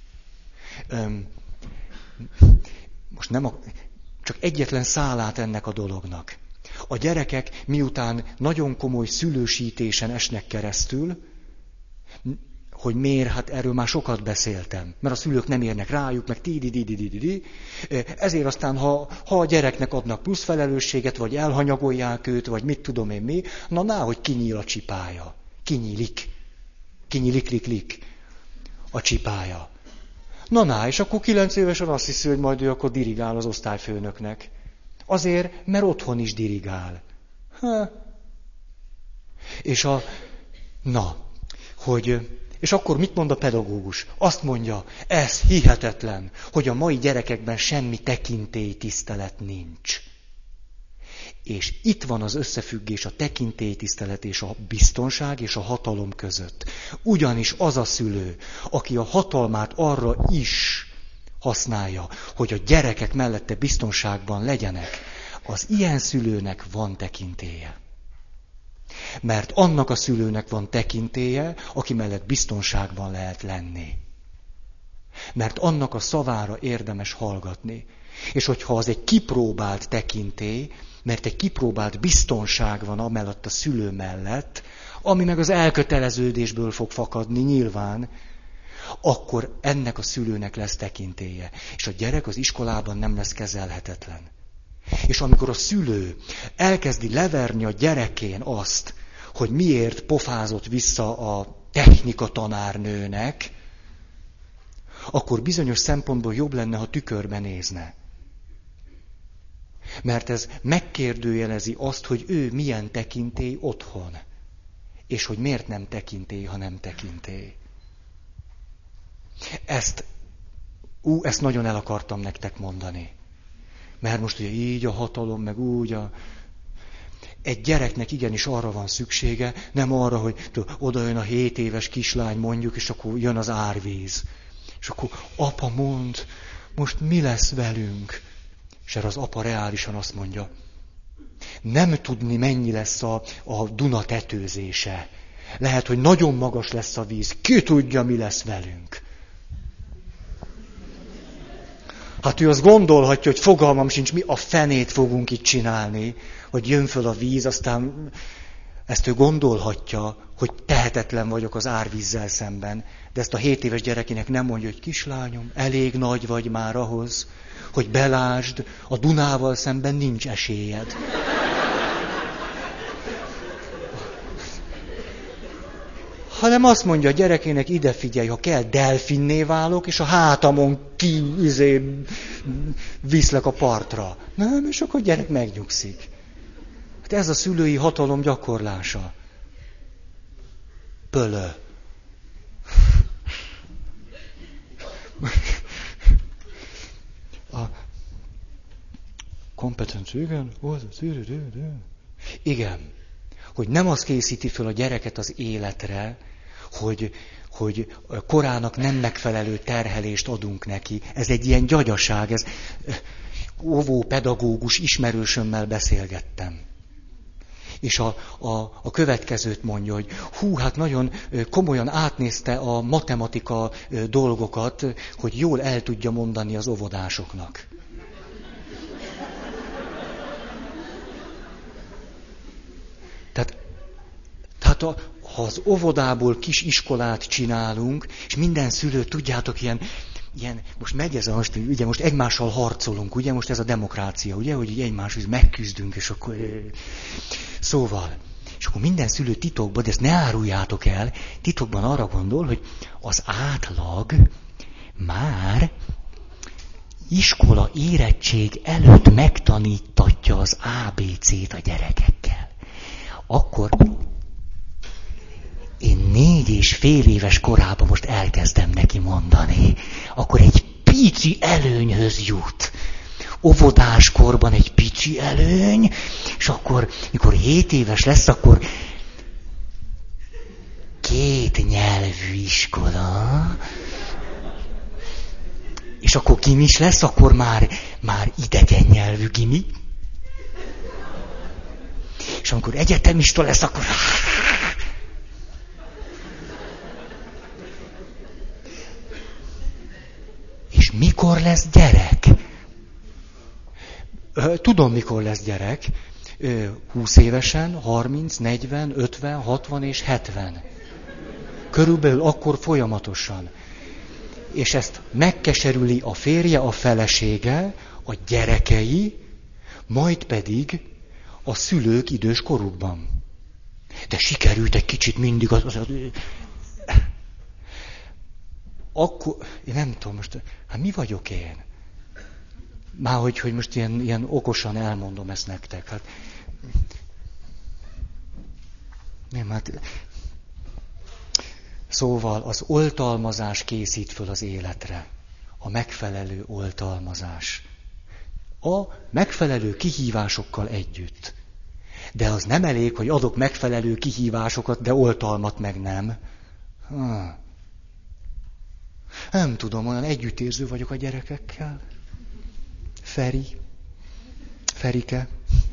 Most csak egyetlen szálát ennek a dolognak. A gyerekek miután nagyon komoly szülősítésen esnek keresztül, hogy miért, hát erről már sokat beszéltem, mert a szülők nem érnek rájuk, meg ezért aztán, ha a gyereknek adnak plusz felelősséget, vagy elhanyagolják őt, vagy mit tudom én mi, hogy kinyíl a csipája. Kinyílik a csipája. És akkor 9 évesen azt hiszi, hogy majd ő akkor dirigál az osztályfőnöknek. Azért, mert otthon is dirigál. És akkor mit mond a pedagógus? Azt mondja, ez hihetetlen, hogy a mai gyerekekben semmi tekintélytisztelet nincs. És itt van az összefüggés a tekintélytisztelet és a biztonság és a hatalom között. Ugyanis az a szülő, aki a hatalmát arra is használja, hogy a gyerekek mellette biztonságban legyenek, az ilyen szülőnek van tekintélye. Mert annak a szülőnek van tekintélye, aki mellett biztonságban lehet lenni. Mert annak a szavára érdemes hallgatni. És hogyha az egy kipróbált tekintély, mert egy kipróbált biztonság van amellett a szülő mellett, ami meg az elköteleződésből fog fakadni nyilván, akkor ennek a szülőnek lesz tekintélye. És a gyerek az iskolában nem lesz kezelhetetlen. És amikor a szülő elkezdi leverni a gyerekén azt, hogy miért pofázott vissza a technika tanárnőnek, akkor bizonyos szempontból jobb lenne, ha tükörbe nézne. Mert ez megkérdőjelezi azt, hogy ő milyen tekintély otthon. És hogy miért nem tekintély, ha nem tekintély. Ezt nagyon el akartam nektek mondani. Mert most ugye így a hatalom, meg úgy Egy gyereknek igenis arra van szüksége, nem arra, hogy oda jön a 7 éves kislány mondjuk, és akkor jön az árvíz. És akkor apa mond, most mi lesz velünk? És erre az apa reálisan azt mondja, nem tudni mennyi lesz a Duna tetőzése. Lehet, hogy nagyon magas lesz a víz, ki tudja, mi lesz velünk. Hát ő azt gondolhatja, hogy fogalmam sincs, mi a fenét fogunk itt csinálni, hogy jön föl a víz, aztán ezt ő gondolhatja, hogy tehetetlen vagyok az árvízzel szemben. De ezt a 7 éves gyerekének nem mondja, hogy kislányom, elég nagy vagy már ahhoz, hogy belásd, a Dunával szemben nincs esélyed. Hanem azt mondja a gyerekének, ide figyelj, ha kell, delfinné válok, és a hátamon viszlek a partra. Nem, és akkor a gyerek megnyugszik. Hát ez a szülői hatalom gyakorlása. Pölö. A kompetencia, igen, igen, hogy nem az készíti föl a gyereket az életre, hogy korának nem megfelelő terhelést adunk neki. Ez egy ilyen gyagyaság, ez óvó pedagógus ismerősömmel beszélgettem. és a következőt mondja, hogy hú, hát nagyon komolyan átnézte a matematika dolgokat, hogy jól el tudja mondani az óvodásoknak. Tehát ha az óvodából kis iskolát csinálunk, és minden szülő, tudjátok, ilyen most megy ez ugye most egymással harcolunk, ugye most ez a demokrácia, ugye, hogy így egymáshoz megküzdünk, és akkor... Szóval, és akkor minden szülő titokban, de ezt ne áruljátok el, titokban arra gondol, hogy az átlag már iskola érettség előtt megtanítatja az ABC-t a gyerekekkel. Akkor én 4,5 éves korában most elkezdem neki mondani, akkor egy pici előnyhöz jut. Óvodáskorban egy pici előny, és akkor, mikor 7 éves lesz, akkor 2 nyelvű iskola, és akkor gimis lesz, akkor már idegen nyelvű gimi, és amikor egyetemista lesz, akkor... És mikor lesz gyerek? Tudom, mikor lesz gyerek. 20 évesen, 30, 40, 50, 60 és 70. Körülbelül akkor folyamatosan. És ezt megkeserüli a férje, a felesége, a gyerekei, majd pedig a szülők idős korukban. De sikerült egy kicsit mindig akkor, én nem tudom most, hát mi vagyok én? Már hogy most ilyen okosan elmondom ezt nektek. Hát, nem, hát... Szóval az oltalmazás készít föl az életre. A megfelelő oltalmazás. A megfelelő kihívásokkal együtt. De az nem elég, hogy adok megfelelő kihívásokat, de oltalmat meg nem. Nem tudom, olyan együttérző vagyok a gyerekekkel. Ferike.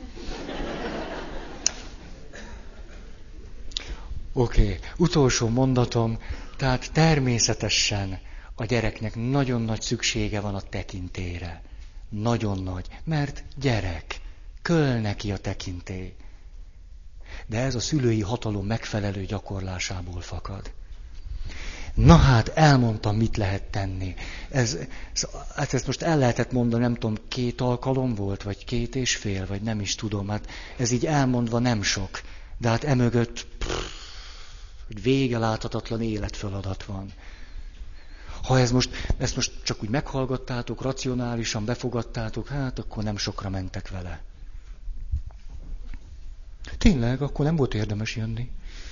Oké, utolsó mondatom. Tehát természetesen a gyereknek nagyon nagy szüksége van a tekintélyre. Nagyon nagy. Mert gyerek. Köl neki a tekintély. De ez a szülői hatalom megfelelő gyakorlásából fakad. Na hát, elmondtam, mit lehet tenni. Ezt most el lehetett mondani, nem tudom, 2 alkalom volt, vagy 2,5, vagy nem is tudom. Hát ez így elmondva nem sok. De hát emögött hogy vége láthatatlan életfeladat van. Ha ezt most csak úgy meghallgattátok, racionálisan befogadtátok, hát akkor nem sokra mentek vele. Tényleg, akkor nem volt érdemes jönni.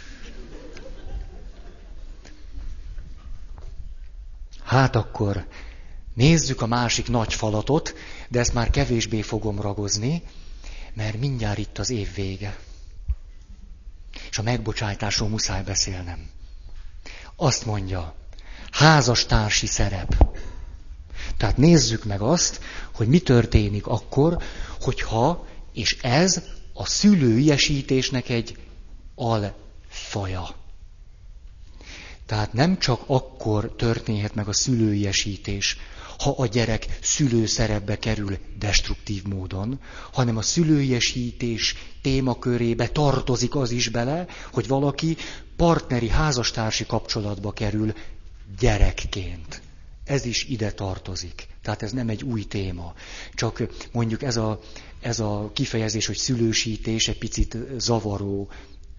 Hát akkor nézzük a másik nagy falatot, de ezt már kevésbé fogom ragozni, mert mindjárt itt az év vége. És a megbocsájtásról muszáj beszélnem. Azt mondja, házastársi szerep. Tehát nézzük meg azt, hogy mi történik akkor, hogyha, és ez a szülőiesítésnek egy alfaja. Tehát nem csak akkor történhet meg a szülőiesítés, ha a gyerek szülőszerepbe kerül destruktív módon, hanem a szülőiesítés témakörébe tartozik az is bele, hogy valaki partneri házastársi kapcsolatba kerül gyerekként. Ez is ide tartozik. Tehát ez nem egy új téma. Csak mondjuk ez a kifejezés, hogy szülősítés egy picit zavaró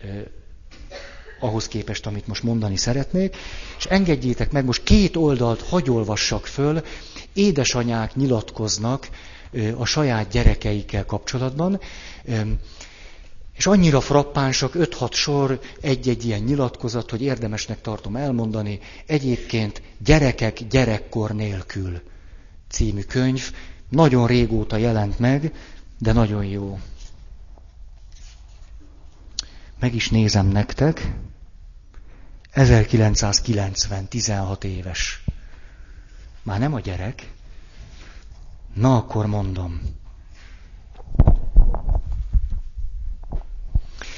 ahhoz képest, amit most mondani szeretnék, és engedjétek meg, most 2 oldalt hagy olvassak föl, édesanyák nyilatkoznak a saját gyerekeikkel kapcsolatban, és annyira frappánsak, 5-6 sor, egy-egy ilyen nyilatkozat, hogy érdemesnek tartom elmondani. Egyébként Gyerekek gyerekkor nélkül című könyv, nagyon régóta jelent meg, de nagyon jó. Meg is nézem nektek. 1990, 16 éves. Már nem a gyerek. Na, akkor mondom.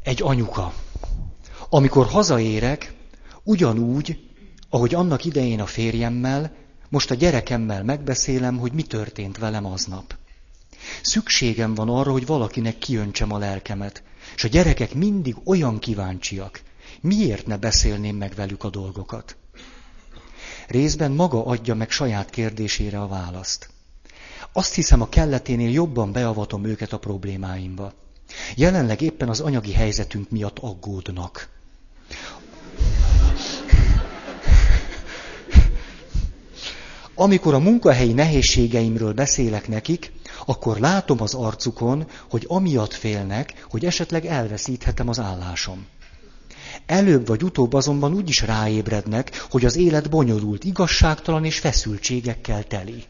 egy anyuka. Amikor hazaérek, ugyanúgy, ahogy annak idején a férjemmel, most a gyerekemmel megbeszélem, hogy mi történt velem aznap. Szükségem van arra, hogy valakinek kijöntsem a lelkemet. És a gyerekek mindig olyan kíváncsiak. Miért ne beszélném meg velük a dolgokat? Részben maga adja meg saját kérdésére a választ. Azt hiszem, a kelleténél jobban beavatom őket a problémáimba. Jelenleg éppen az anyagi helyzetünk miatt aggódnak. Amikor a munkahelyi nehézségeimről beszélek nekik, akkor látom az arcukon, hogy amiatt félnek, hogy esetleg elveszíthetem az állásom. Előbb vagy utóbb azonban úgyis ráébrednek, hogy az élet bonyolult, igazságtalan és feszültségekkel teli.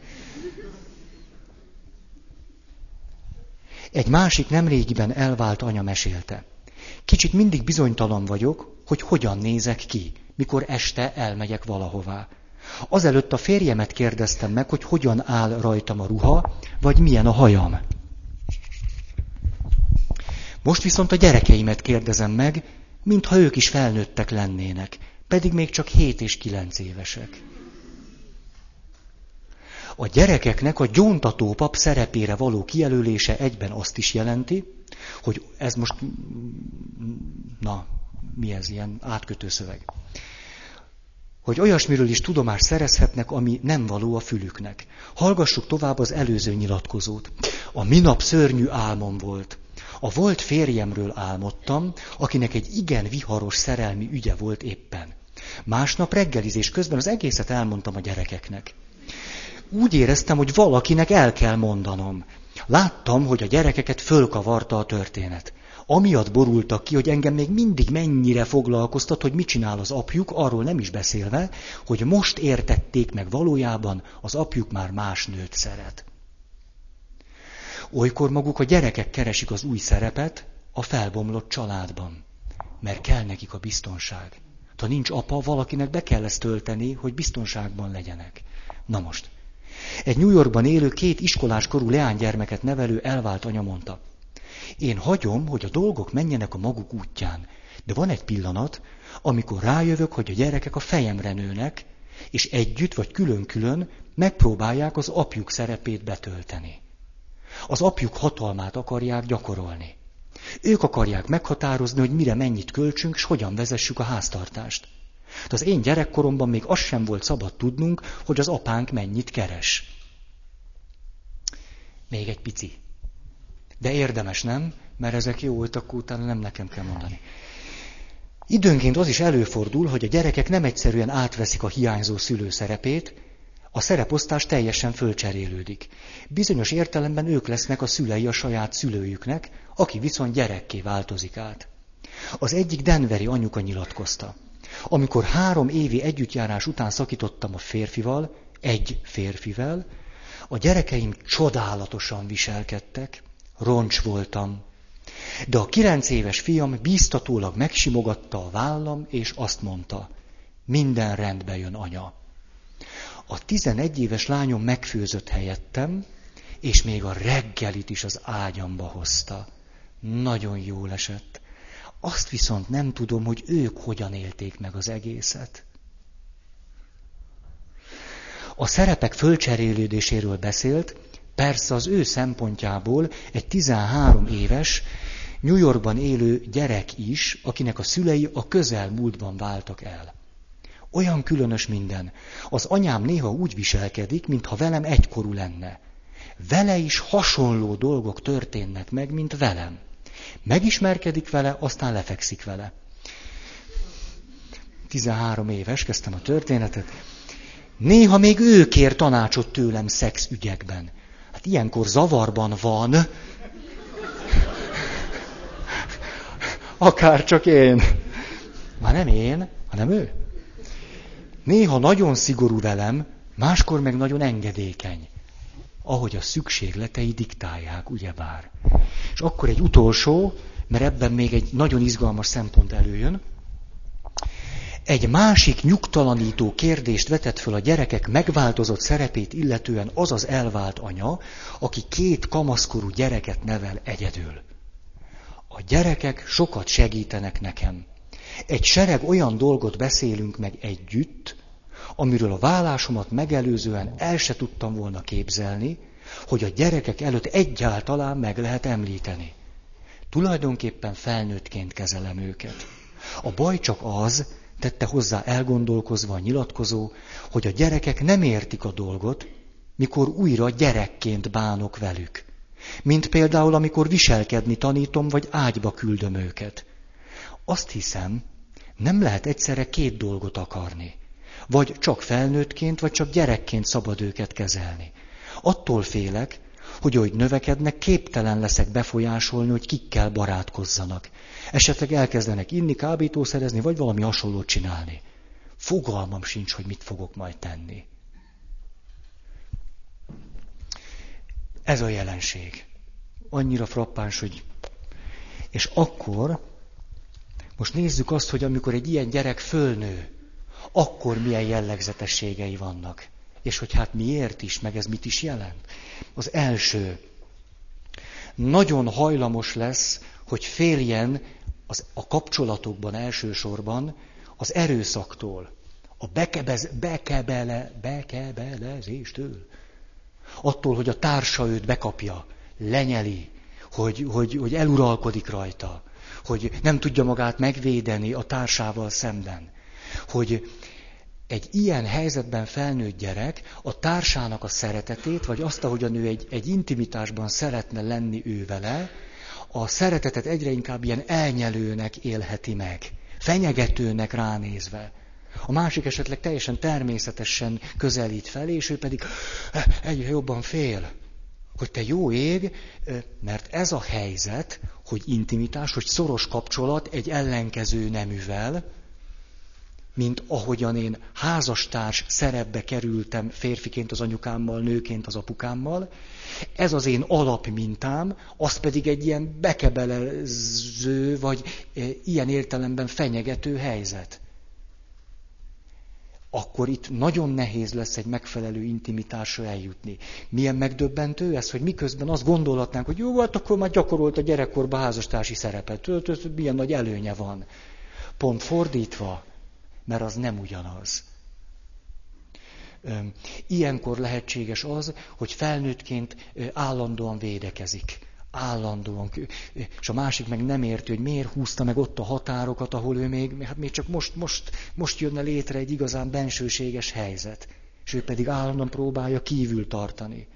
Egy másik nemrégiben elvált anya mesélte. Kicsit mindig bizonytalan vagyok, hogy hogyan nézek ki, mikor este elmegyek valahová. Azelőtt a férjemet kérdeztem meg, hogy hogyan áll rajtam a ruha, vagy milyen a hajam. Most viszont a gyerekeimet kérdezem meg, mintha ők is felnőttek lennének, pedig még csak 7 és 9 évesek. A gyerekeknek a gyóntató pap szerepére való kijelölése egyben azt is jelenti, hogy ez most, mi ez ilyen átkötő szöveg, hogy olyasmiről is tudomást szerezhetnek, ami nem való a fülüknek. Hallgassuk tovább az előző nyilatkozót. A minap szörnyű álmom volt. A volt férjemről álmodtam, akinek egy igen viharos szerelmi ügye volt éppen. Másnap reggelizés közben az egészet elmondtam a gyerekeknek. Úgy éreztem, hogy valakinek el kell mondanom. Láttam, hogy a gyerekeket fölkavarta a történet. Amiatt borultak ki, hogy engem még mindig mennyire foglalkoztat, hogy mit csinál az apjuk, arról nem is beszélve, hogy most értették meg valójában, az apjuk már más nőt szeret. Olykor maguk a gyerekek keresik az új szerepet a felbomlott családban, mert kell nekik a biztonság. Ha nincs apa, valakinek be kell ezt tölteni, hogy biztonságban legyenek. Na most, egy New Yorkban élő 2 iskoláskorú leánygyermeket nevelő elvált anya mondta. Én hagyom, hogy a dolgok menjenek a maguk útján, de van egy pillanat, amikor rájövök, hogy a gyerekek a fejemre nőnek, és együtt vagy külön-külön megpróbálják az apjuk szerepét betölteni. Az apjuk hatalmát akarják gyakorolni. Ők akarják meghatározni, hogy mire mennyit költsünk, és hogyan vezessük a háztartást. De az én gyerekkoromban még az sem volt szabad tudnunk, hogy az apánk mennyit keres. Még egy pici. De érdemes, nem? Mert ezek jó voltak, utána nem nekem kell mondani. Időnként az is előfordul, hogy a gyerekek nem egyszerűen átveszik a hiányzó szülő szerepét, a szereposztás teljesen fölcserélődik. Bizonyos értelemben ők lesznek a szülei a saját szülőjüknek, aki viszont gyerekké változik át. Az egyik denveri anyuka nyilatkozta. Amikor 3 évi együttjárás után szakítottam egy férfivel, a gyerekeim csodálatosan viselkedtek, roncs voltam. De a 9 éves fiam bíztatólag megsimogatta a vállam, és azt mondta, minden rendbe jön, anya. A 11 éves lányom megfőzött helyettem, és még a reggelit is az ágyamba hozta. Nagyon jól esett. Azt viszont nem tudom, hogy ők hogyan élték meg az egészet. A szerepek fölcserélődéséről beszélt, persze az ő szempontjából egy 13 éves, New Yorkban élő gyerek is, akinek a szülei a közelmúltban váltak el. Olyan különös minden. Az anyám néha úgy viselkedik, mintha velem egykorú lenne. Vele is hasonló dolgok történnek meg, mint velem. Megismerkedik vele, aztán lefekszik vele. 13 éves, kezdtem a történetet. Néha még ő kér tanácsot tőlem szexügyekben. Hát ilyenkor zavarban van. Akár csak én. Már nem én, hanem ő. Néha nagyon szigorú velem, máskor meg nagyon engedékeny. Ahogy a szükségletei diktálják, ugyebár. És akkor egy utolsó, mert ebben még egy nagyon izgalmas szempont előjön. Egy másik nyugtalanító kérdést vetett föl a gyerekek megváltozott szerepét illetően az az elvált anya, aki 2 kamaszkorú gyereket nevel egyedül. A gyerekek sokat segítenek nekem. Egy sereg olyan dolgot beszélünk meg együtt, amiről a válásomat megelőzően el se tudtam volna képzelni, hogy a gyerekek előtt egyáltalán meg lehet említeni. Tulajdonképpen felnőttként kezelem őket. A baj csak az, tette hozzá elgondolkozva a nyilatkozó, hogy a gyerekek nem értik a dolgot, mikor újra gyerekként bánok velük. Mint például, amikor viselkedni tanítom, vagy ágyba küldöm őket. Azt hiszem, nem lehet egyszerre két dolgot akarni. Vagy csak felnőttként, vagy csak gyerekként szabad őket kezelni. Attól félek, hogy ahogy növekednek, képtelen leszek befolyásolni, hogy kikkel barátkozzanak. Esetleg elkezdenek inni, kábítószerezni, vagy valami hasonlót csinálni. Fogalmam sincs, hogy mit fogok majd tenni. Ez a jelenség. Annyira frappáns, hogy... És akkor, most nézzük azt, hogy amikor egy ilyen gyerek fölnő, akkor milyen jellegzetességei vannak. És hogy hát miért is, meg ez mit is jelent. Az első, nagyon hajlamos lesz, hogy féljen a kapcsolatokban elsősorban az erőszaktól, a bekebelezéstől. Attól, hogy a társa őt bekapja, lenyeli, hogy eluralkodik rajta, hogy nem tudja magát megvédeni a társával szemben. Hogy egy ilyen helyzetben felnőtt gyerek a társának a szeretetét, vagy azt, ahogyan ő egy intimitásban szeretne lenni ő vele, a szeretetet egyre inkább ilyen elnyelőnek élheti meg, fenyegetőnek ránézve. A másik esetleg teljesen természetesen közelít felé, és ő pedig egyre jobban fél, hogy te jó ég, mert ez a helyzet, hogy intimitás, hogy szoros kapcsolat egy ellenkező neművel, mint ahogyan én házastárs szerepbe kerültem férfiként az anyukámmal, nőként az apukámmal, ez az én alapmintám, az pedig egy ilyen bekebelező, vagy ilyen értelemben fenyegető helyzet. Akkor itt nagyon nehéz lesz egy megfelelő intimitásra eljutni. Milyen megdöbbentő ez, hogy miközben azt gondolhatnánk, hogy jó, hát akkor már gyakorolt a gyerekkorban házastársi szerepet, milyen nagy előnye van. Pont fordítva, mert az nem ugyanaz. Ilyenkor lehetséges az, hogy felnőttként állandóan védekezik. Állandóan. És a másik meg nem érti, hogy miért húzta meg ott a határokat, ahol ő még csak most jönne létre egy igazán bensőséges helyzet. És ő pedig állandóan próbálja kívül tartani.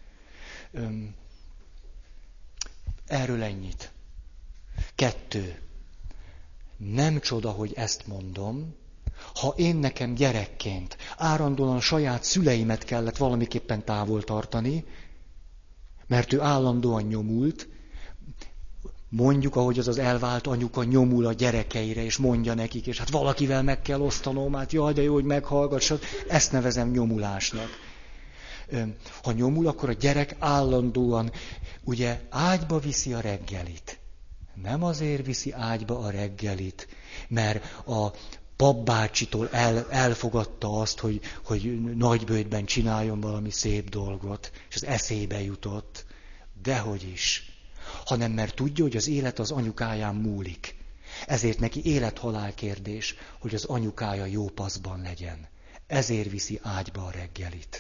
Erről ennyit. 2. Nem csoda, hogy ezt mondom, ha én nekem gyerekként állandóan a saját szüleimet kellett valamiképpen távol tartani, mert ő állandóan nyomult, mondjuk, ahogy az elvált anyuka nyomul a gyerekeire, és mondja nekik, és hát valakivel meg kell osztanom, hát jaj, de jó, hogy meghallgass, ezt nevezem nyomulásnak. Ha nyomul, akkor a gyerek állandóan, ugye, ágyba viszi a reggelit. Nem azért viszi ágyba a reggelit, mert a papbácsitól elfogadta azt, hogy nagybőjtben csináljon valami szép dolgot, és az eszébe jutott. Dehogy is. Hanem mert tudja, hogy az élet az anyukáján múlik. Ezért neki élet-halál kérdés, hogy az anyukája jó paszban legyen. Ezért viszi ágyba a reggelit.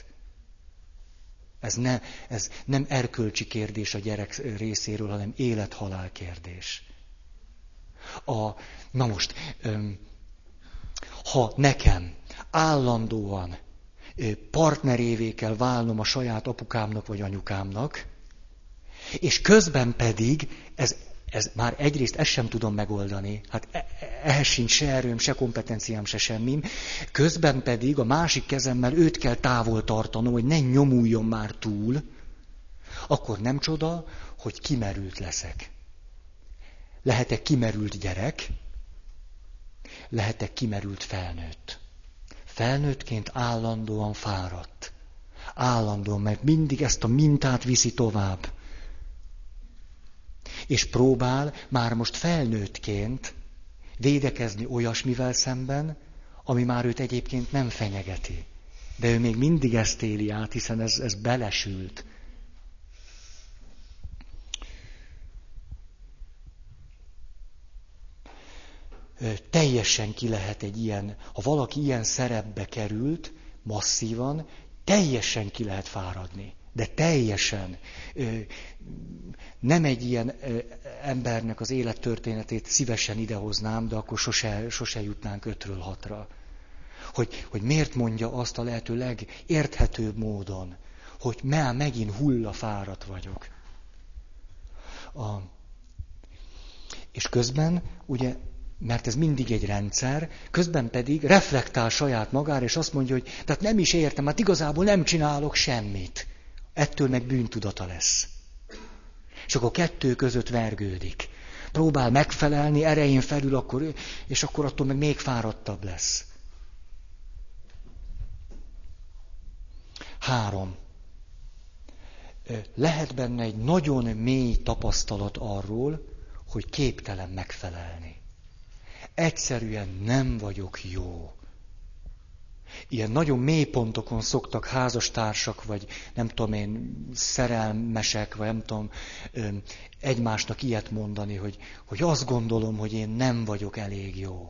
Ez nem erkölcsi kérdés a gyerek részéről, hanem élet-halál kérdés. Na most... Ha nekem állandóan partnerévé kell válnom a saját apukámnak vagy anyukámnak, és közben pedig, ez már egyrészt ezt sem tudom megoldani, hát ehhez sincs se erőm, se kompetenciám, se semmim, közben pedig a másik kezemmel őt kell távol tartanom, hogy ne nyomuljon már túl, akkor nem csoda, hogy kimerült leszek. Lehetek kimerült gyerek, lehetek kimerült felnőtt. Felnőttként állandóan fáradt. Állandóan, mert mindig ezt a mintát viszi tovább. És próbál már most felnőttként védekezni olyasmivel szemben, ami már őt egyébként nem fenyegeti. De ő még mindig ezt éli át, hiszen ez belesült. teljesen ki lehet egy ilyen, ha valaki ilyen szerepbe került, masszívan, teljesen ki lehet fáradni. De teljesen. Nem egy ilyen embernek az élettörténetét szívesen idehoznám, de akkor sose jutnánk 5-ről 6-ra. Hogy miért mondja azt a lehető legérthetőbb módon, hogy megint hullafáradt vagyok. És közben, ugye, mert ez mindig egy rendszer, közben pedig reflektál saját magára, és azt mondja, hogy tehát nem is értem, hát igazából nem csinálok semmit. Ettől meg bűntudata lesz. És akkor 2 között vergődik. Próbál megfelelni, erején felül, és akkor attól meg még fáradtabb lesz. 3. Lehet benne egy nagyon mély tapasztalat arról, hogy képtelen megfelelni. Egyszerűen nem vagyok jó. Ilyen nagyon mély pontokon szoktak házastársak, vagy nem tudom én, szerelmesek, vagy nem tudom, egymásnak ilyet mondani, hogy azt gondolom, hogy én nem vagyok elég jó.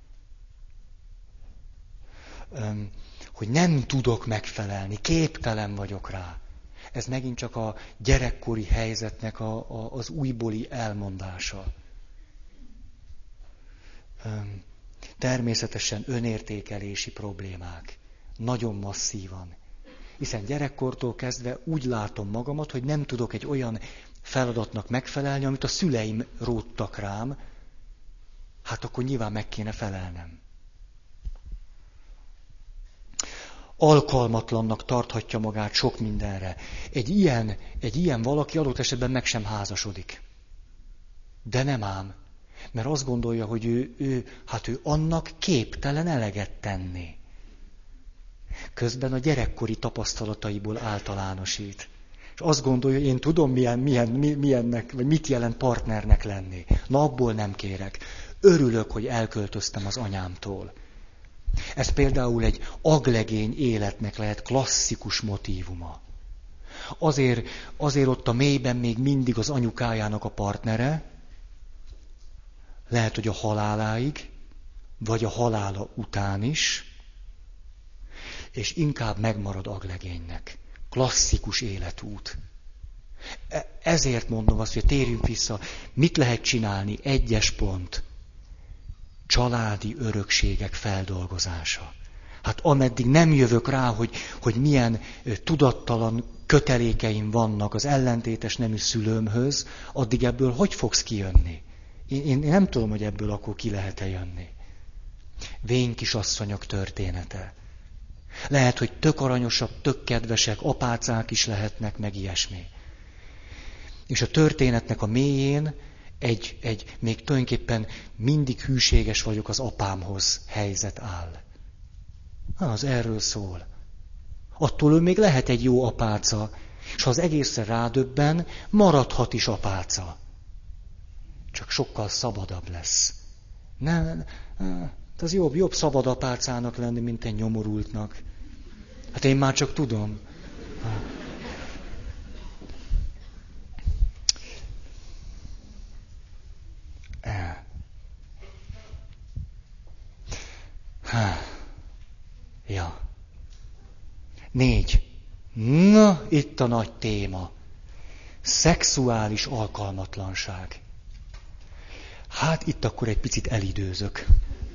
Hogy nem tudok megfelelni, képtelen vagyok rá. Ez megint csak a gyerekkori helyzetnek az újbóli elmondása. Természetesen önértékelési problémák. Nagyon masszívan. Hiszen gyerekkortól kezdve úgy látom magamat, hogy nem tudok egy olyan feladatnak megfelelni, amit a szüleim róttak rám, hát akkor nyilván meg kéne felelnem. Alkalmatlannak tarthatja magát sok mindenre. Egy ilyen valaki adott esetben meg sem házasodik. De nem ám. Mert azt gondolja, hogy ő annak képtelen eleget tenni. Közben a gyerekkori tapasztalataiból általánosít. És azt gondolja, hogy én tudom, milyennek, vagy mit jelent partnernek lenni. Na, abból nem kérek. Örülök, hogy elköltöztem az anyámtól. Ez például egy aglegény életnek lehet klasszikus motívuma. Azért ott a mélyben még mindig az anyukájának a partnere, lehet, hogy a haláláig, vagy a halála után is, és inkább megmarad aglegénynek. Klasszikus életút. Ezért mondom azt, hogy térjünk vissza, mit lehet csinálni? 1. pont. Családi örökségek feldolgozása. Hát ameddig nem jövök rá, hogy milyen tudattalan kötelékeim vannak az ellentétes nemű szülőmhöz, addig ebből hogy fogsz kijönni? Én nem tudom, hogy ebből akkor ki lehet-e jönni. Vén kisasszonyok története. Lehet, hogy tök aranyosak, tök kedvesek, apácák is lehetnek, meg ilyesmi. És a történetnek a mélyén még tulajdonképpen mindig hűséges vagyok az apámhoz helyzet áll. Az erről szól. Attól ő még lehet egy jó apáca, és ha az egészre rádöbben, maradhat is apáca. Csak sokkal szabadabb lesz. Az jobb szabad apácának lenni, mint egy nyomorultnak. Hát én már csak tudom. Ja. 4. Na, itt a nagy téma. Szexuális alkalmatlanság. Hát itt akkor egy picit elidőzök.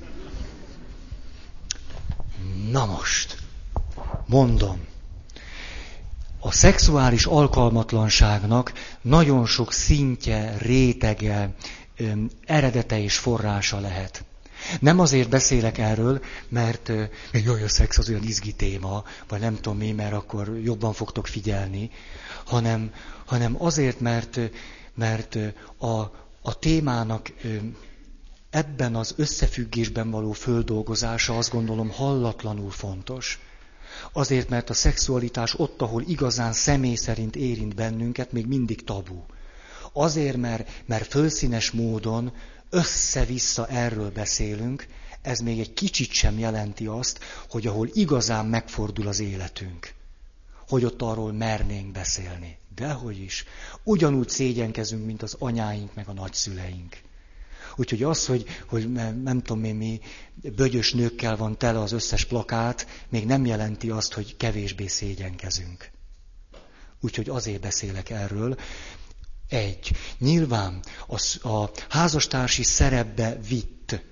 Na most, mondom. A szexuális alkalmatlanságnak nagyon sok szintje, rétege, eredete és forrása lehet. Nem azért beszélek erről, mert jaj, a szex az olyan izgi téma, vagy nem tudom mi, mert akkor jobban fogtok figyelni, hanem azért, mert a témának ebben az összefüggésben való földolgozása azt gondolom hallatlanul fontos. Azért, mert a szexualitás ott, ahol igazán személy szerint érint bennünket, még mindig tabu. Azért, mert fölszínes módon össze-vissza erről beszélünk, ez még egy kicsit sem jelenti azt, hogy ahol igazán megfordul az életünk, hogy ott arról mernénk beszélni. Dehogy is. Ugyanúgy szégyenkezünk, mint az anyáink meg a nagyszüleink. Úgyhogy az, hogy nem tudom én mi, bögyös nőkkel van tele az összes plakát, még nem jelenti azt, hogy kevésbé szégyenkezünk. Úgyhogy azért beszélek erről. Nyilván a házastársi szerepbe vitt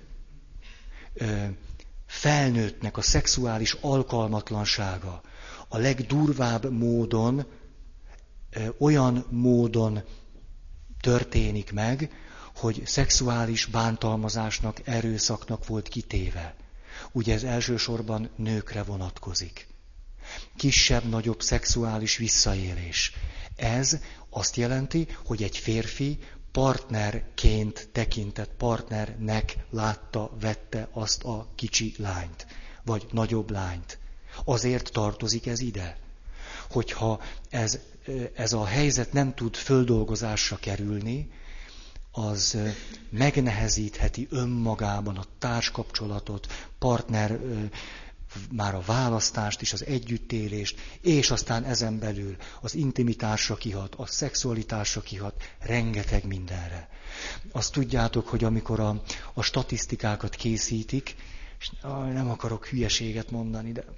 felnőttnek a szexuális alkalmatlansága a legdurvább módon, olyan módon történik meg, hogy szexuális bántalmazásnak, erőszaknak volt kitéve. Ugye ez elsősorban nőkre vonatkozik. Kisebb-nagyobb szexuális visszaélés. Ez azt jelenti, hogy egy férfi partnerként tekintett, partnernek látta, vette azt a kicsi lányt, vagy nagyobb lányt. Azért tartozik ez ide. Hogyha ez a helyzet nem tud földolgozásra kerülni, az megnehezítheti önmagában a társkapcsolatot, partner, már a választást is, az együttélést, és aztán ezen belül az intimitásra kihat, a szexualitásra kihat, rengeteg mindenre. Azt tudjátok, hogy amikor a statisztikákat készítik, és nem akarok hülyeséget mondani, de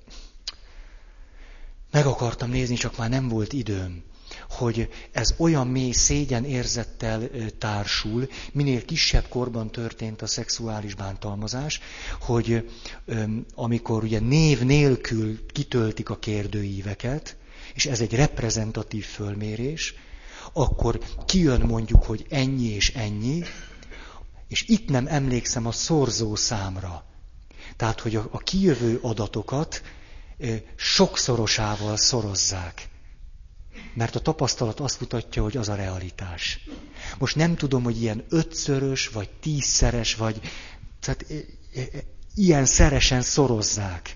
meg akartam nézni, csak már nem volt időm, hogy ez olyan mély szégyenérzettel társul, minél kisebb korban történt a szexuális bántalmazás, hogy amikor ugye név nélkül kitöltik a kérdőíveket, és ez egy reprezentatív fölmérés, akkor kijön mondjuk, hogy ennyi és ennyi, és itt nem emlékszem a szorzó számra. Tehát, hogy a kijövő adatokat sokszorosával szorozzák. Mert a tapasztalat azt mutatja, hogy az a realitás. Most nem tudom, hogy ilyen 5-szörös, vagy 10-szeres, vagy tehát ilyen szeresen szorozzák.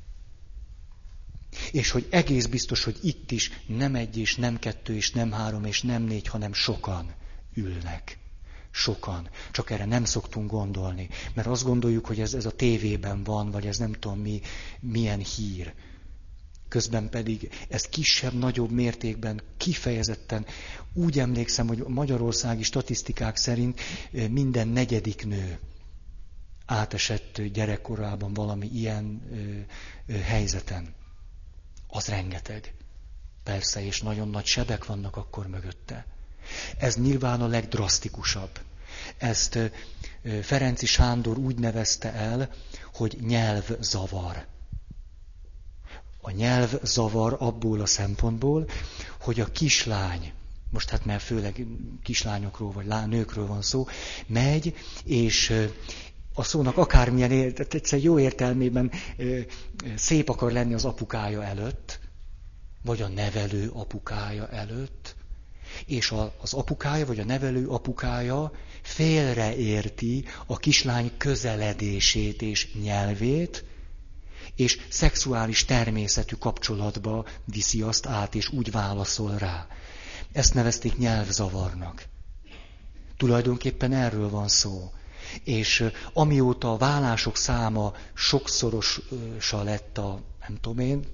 És hogy egész biztos, hogy itt is nem 1 és nem 2 és nem 3 és nem 4, hanem sokan ülnek. Sokan. Csak erre nem szoktunk gondolni. Mert azt gondoljuk, hogy ez a tévében van, vagy ez nem tudom milyen hír. Közben pedig ez kisebb-nagyobb mértékben kifejezetten úgy emlékszem, hogy a magyarországi statisztikák szerint minden 4. nő átesett gyerekkorában valami ilyen helyzeten. Az rengeteg. Persze, és nagyon nagy sebek vannak akkor mögötte. Ez nyilván a legdrasztikusabb. Ezt Ferenczy Sándor úgy nevezte el, hogy nyelvzavar. A nyelvzavar abból a szempontból, hogy a kislány, most hát mert főleg kislányokról vagy nőkről van szó, megy, és a szónak akármilyen, egyszer jó értelmében szép akar lenni az apukája előtt, vagy a nevelő apukája előtt, és az apukája vagy a nevelő apukája félreérti a kislány közeledését és nyelvét, és szexuális természetű kapcsolatba viszi azt át, és úgy válaszol rá. Ezt nevezték nyelvzavarnak. Tulajdonképpen erről van szó. És amióta a vállások száma sokszorosa lett nem tudom én,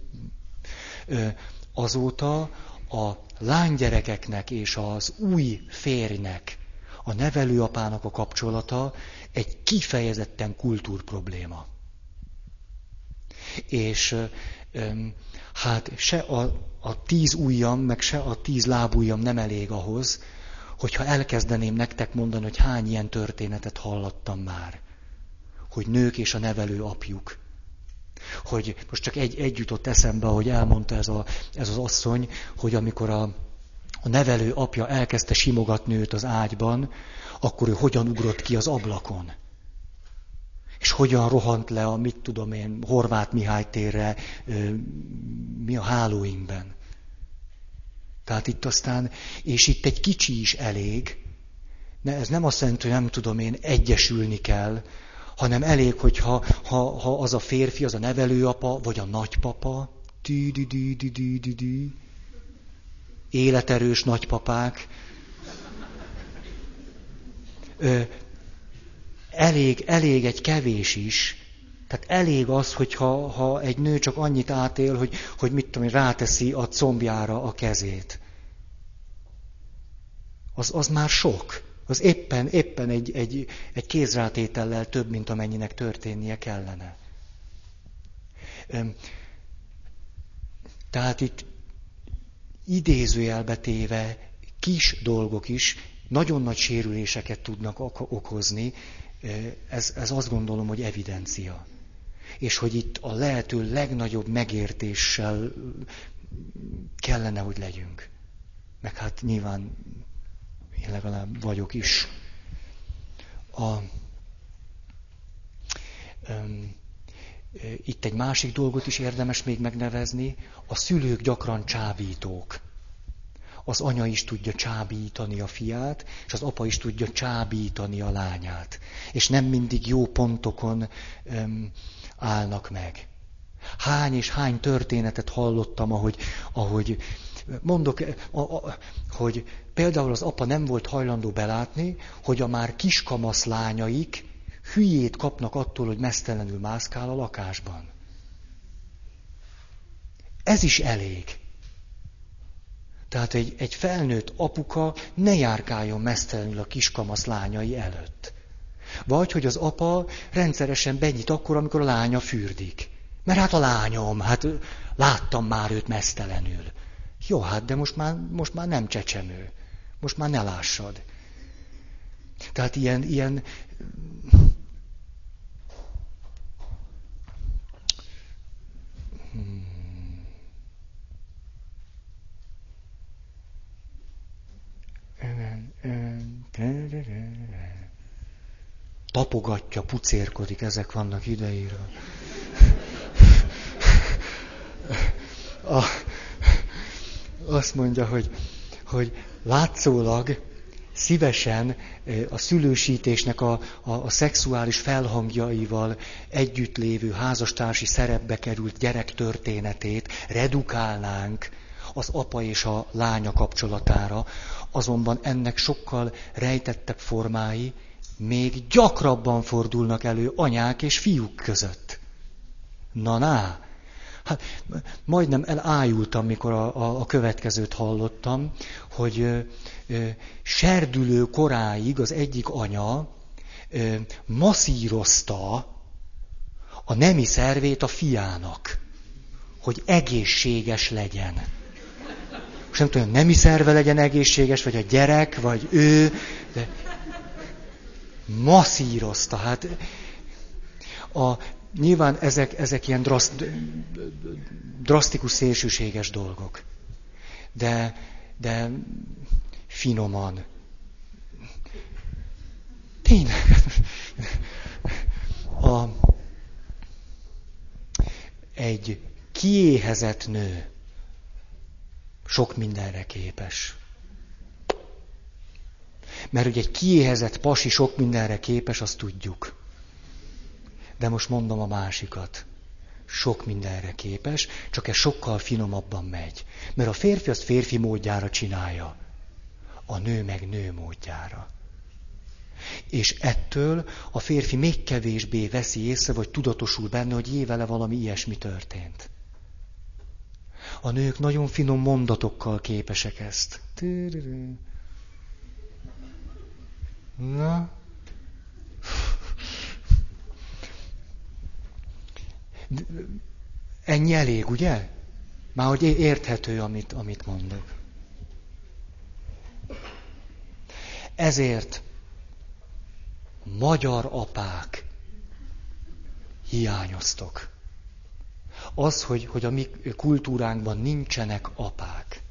azóta a lánygyerekeknek és az új férjnek, a nevelőapának a kapcsolata egy kifejezetten kultúrprobléma. És hát se a 10 ujjam, meg se a 10 lábujjam nem elég ahhoz, hogyha elkezdeném nektek mondani, hogy hány ilyen történetet hallottam már. Hogy nők és a nevelő apjuk. Hogy most csak egy jutott eszembe, ahogy elmondta ez az asszony, hogy amikor a nevelő apja elkezdte simogatni őt az ágyban, akkor ő hogyan ugrott ki az ablakon. És hogyan rohant le a, mit tudom én, Horváth Mihály térre, mi a hálóinkben. Tehát itt aztán, és itt egy kicsi is elég, ez nem azt jelenti, hogy nem tudom én, egyesülni kell, hanem elég, hogyha az a férfi, az a nevelőapa, vagy a nagypapa, életerős nagypapák, elég egy kevés is. Tehát elég az, hogyha egy nő csak annyit átél, hogy mit tudom én, ráteszi a combjára a kezét. Az már sok. Az éppen egy kézrátétellel több, mint amennyinek történnie kellene. Tehát itt idézőjelbe téve kis dolgok is nagyon nagy sérüléseket tudnak okozni. Ez azt gondolom, hogy evidencia. És hogy itt a lehető legnagyobb megértéssel kellene, hogy legyünk. Meg hát nyilván én legalább vagyok is. Itt egy másik dolgot is érdemes még megnevezni. A szülők gyakran csábítók. Az anya is tudja csábítani a fiát, és az apa is tudja csábítani a lányát. És nem mindig jó pontokon állnak meg. Hány és hány történetet hallottam, ahogy mondok, hogy például az apa nem volt hajlandó belátni, hogy a már kiskamasz lányaik hülyét kapnak attól, hogy meztelenül mászkál a lakásban. Ez is elég. Tehát egy felnőtt apuka ne járkáljon meztelenül a kiskamasz lányai előtt. Vagy, hogy az apa rendszeresen benyit akkor, amikor a lánya fürdik. Mert hát a lányom, hát láttam már őt meztelenül. Jó, hát de most már nem csecsemő. Most már ne lássad. Tehát ilyen tapogatja, pucérkodik, ezek vannak ideírva. Azt mondja, hogy látszólag szívesen a szülősítésnek a szexuális felhangjaival együtt lévő házastársi szerepbe került gyerek történetét redukálnánk az apa és a lánya kapcsolatára, azonban ennek sokkal rejtettebb formái még gyakrabban fordulnak elő anyák és fiúk között. Na. Hát majdnem elájultam, mikor a következőt hallottam, hogy serdülő koráig az egyik anya masszírozta a nemi szervét a fiának, hogy egészséges legyen. Most nem tudom, nemi szerve legyen egészséges, vagy a gyerek, vagy ő, de masszírozta. Hát nyilván ezek ilyen drasztikus, szélsőséges dolgok. De finoman. Tényleg. Egy kiéhezett nő sok mindenre képes. Mert hogy egy kiéhezett pasi sok mindenre képes, azt tudjuk. De most mondom a másikat. Sok mindenre képes, csak ez sokkal finomabban megy. Mert a férfi azt férfi módjára csinálja. A nő meg nő módjára. És ettől a férfi még kevésbé veszi észre, vagy tudatosul benne, hogy vele valami ilyesmi történt. A nők nagyon finom mondatokkal képesek ezt. Na. Ennyi elég, ugye? Már hogy érthető, amit mondok. Ezért magyar apák hiányoztok. Az, hogy a mi kultúránkban nincsenek apák,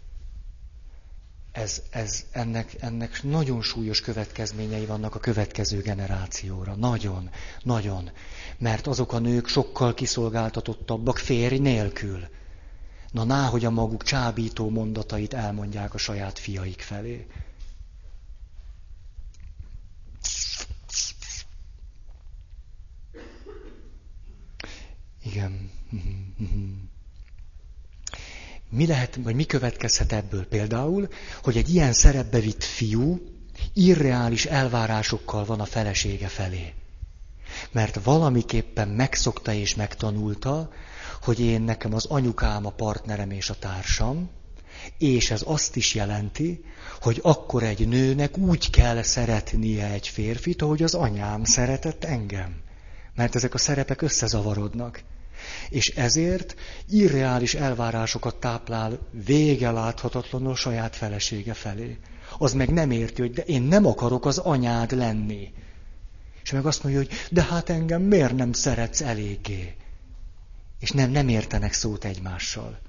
ennek nagyon súlyos következményei vannak a következő generációra. Nagyon, nagyon. Mert azok a nők sokkal kiszolgáltatottabbak férj nélkül. Náhogy a maguk csábító mondatait elmondják a saját fiaik felé. Igen. Mi lehet, vagy mi következhet ebből például, hogy egy ilyen szerepbe vitt fiú irreális elvárásokkal van a felesége felé. Mert valamiképpen megszokta és megtanulta, hogy nekem az anyukám a partnerem és a társam, És ez azt is jelenti, hogy akkor egy nőnek úgy kell szeretnie egy férfit, ahogy az anyám szeretett engem. Mert ezek a szerepek összezavarodnak. És ezért irreális elvárásokat táplál vége láthatatlanul saját felesége felé. Az meg nem érti, hogy de én nem akarok az anyád lenni. És meg azt mondja, hogy de hát engem miért nem szeretsz eléggé? És nem értenek szót egymással.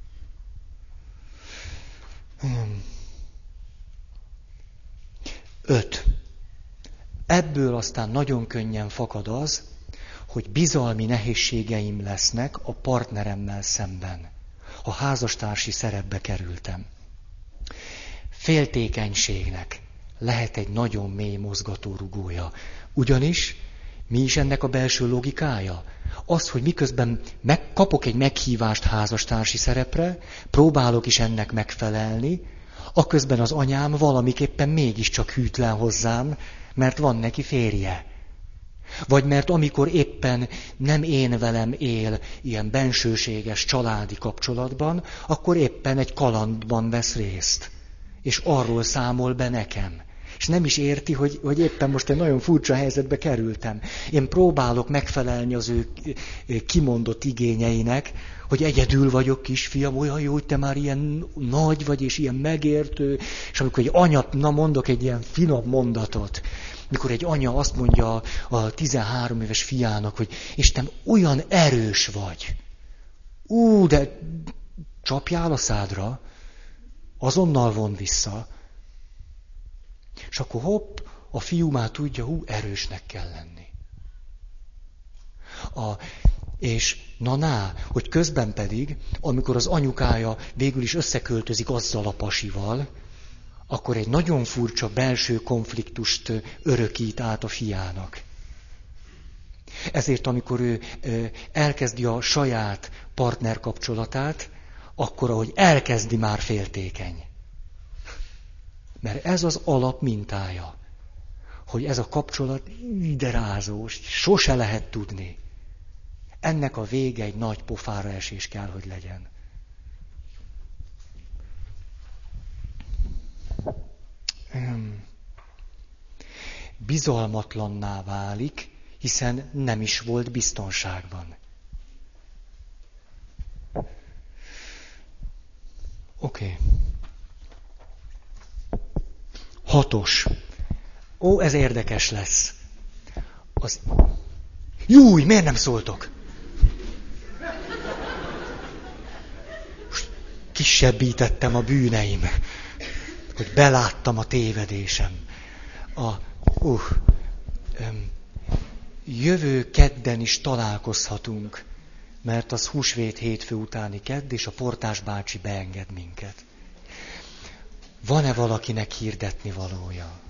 5. Ebből aztán nagyon könnyen fakad az, hogy bizalmi nehézségeim lesznek a partneremmel szemben, ha házastársi szerepbe kerültem. Féltékenységnek lehet egy nagyon mély mozgatórugója. Ugyanis mi is ennek a belső logikája? Az, hogy miközben kapok egy meghívást házastársi szerepre, próbálok is ennek megfelelni, aközben az anyám valamiképpen mégiscsak hűtlen hozzám, mert van neki férje. Vagy mert amikor éppen nem én velem él ilyen bensőséges családi kapcsolatban, akkor éppen egy kalandban vesz részt. És arról számol be nekem. És nem is érti, hogy éppen most egy nagyon furcsa helyzetbe kerültem. Én próbálok megfelelni az ő kimondott igényeinek, hogy egyedül vagyok, kisfiam, olyan jó, hogy te már ilyen nagy vagy, és ilyen megértő. És amikor egy anya, mondok egy ilyen finom mondatot, mikor egy anya azt mondja a 13 éves fiának, hogy Isten, olyan erős vagy. De csapjál a szádra, azonnal von vissza. És akkor hopp, a fiú már tudja, erősnek kell lenni. És hogy közben pedig, amikor az anyukája végül is összeköltözik azzal a pasival, akkor egy nagyon furcsa belső konfliktust örökít át a fiának. Ezért, amikor ő elkezdi a saját partnerkapcsolatát, akkor, ahogy elkezdi, már féltékeny. Mert ez az alap mintája, hogy ez a kapcsolat ide rázós, sose lehet tudni. Ennek a vége egy nagy pofára esés kell, hogy legyen. Bizalmatlanná válik, hiszen nem is volt biztonságban. Oké. 6. Ez érdekes lesz. Júj, miért nem szóltok? Most kisebbítettem a bűneim, hogy beláttam a tévedésem. Jövő kedden is találkozhatunk, mert az húsvét hétfő utáni kedd, és a Portás bácsi beenged minket. Van-e valakinek hirdetni valója?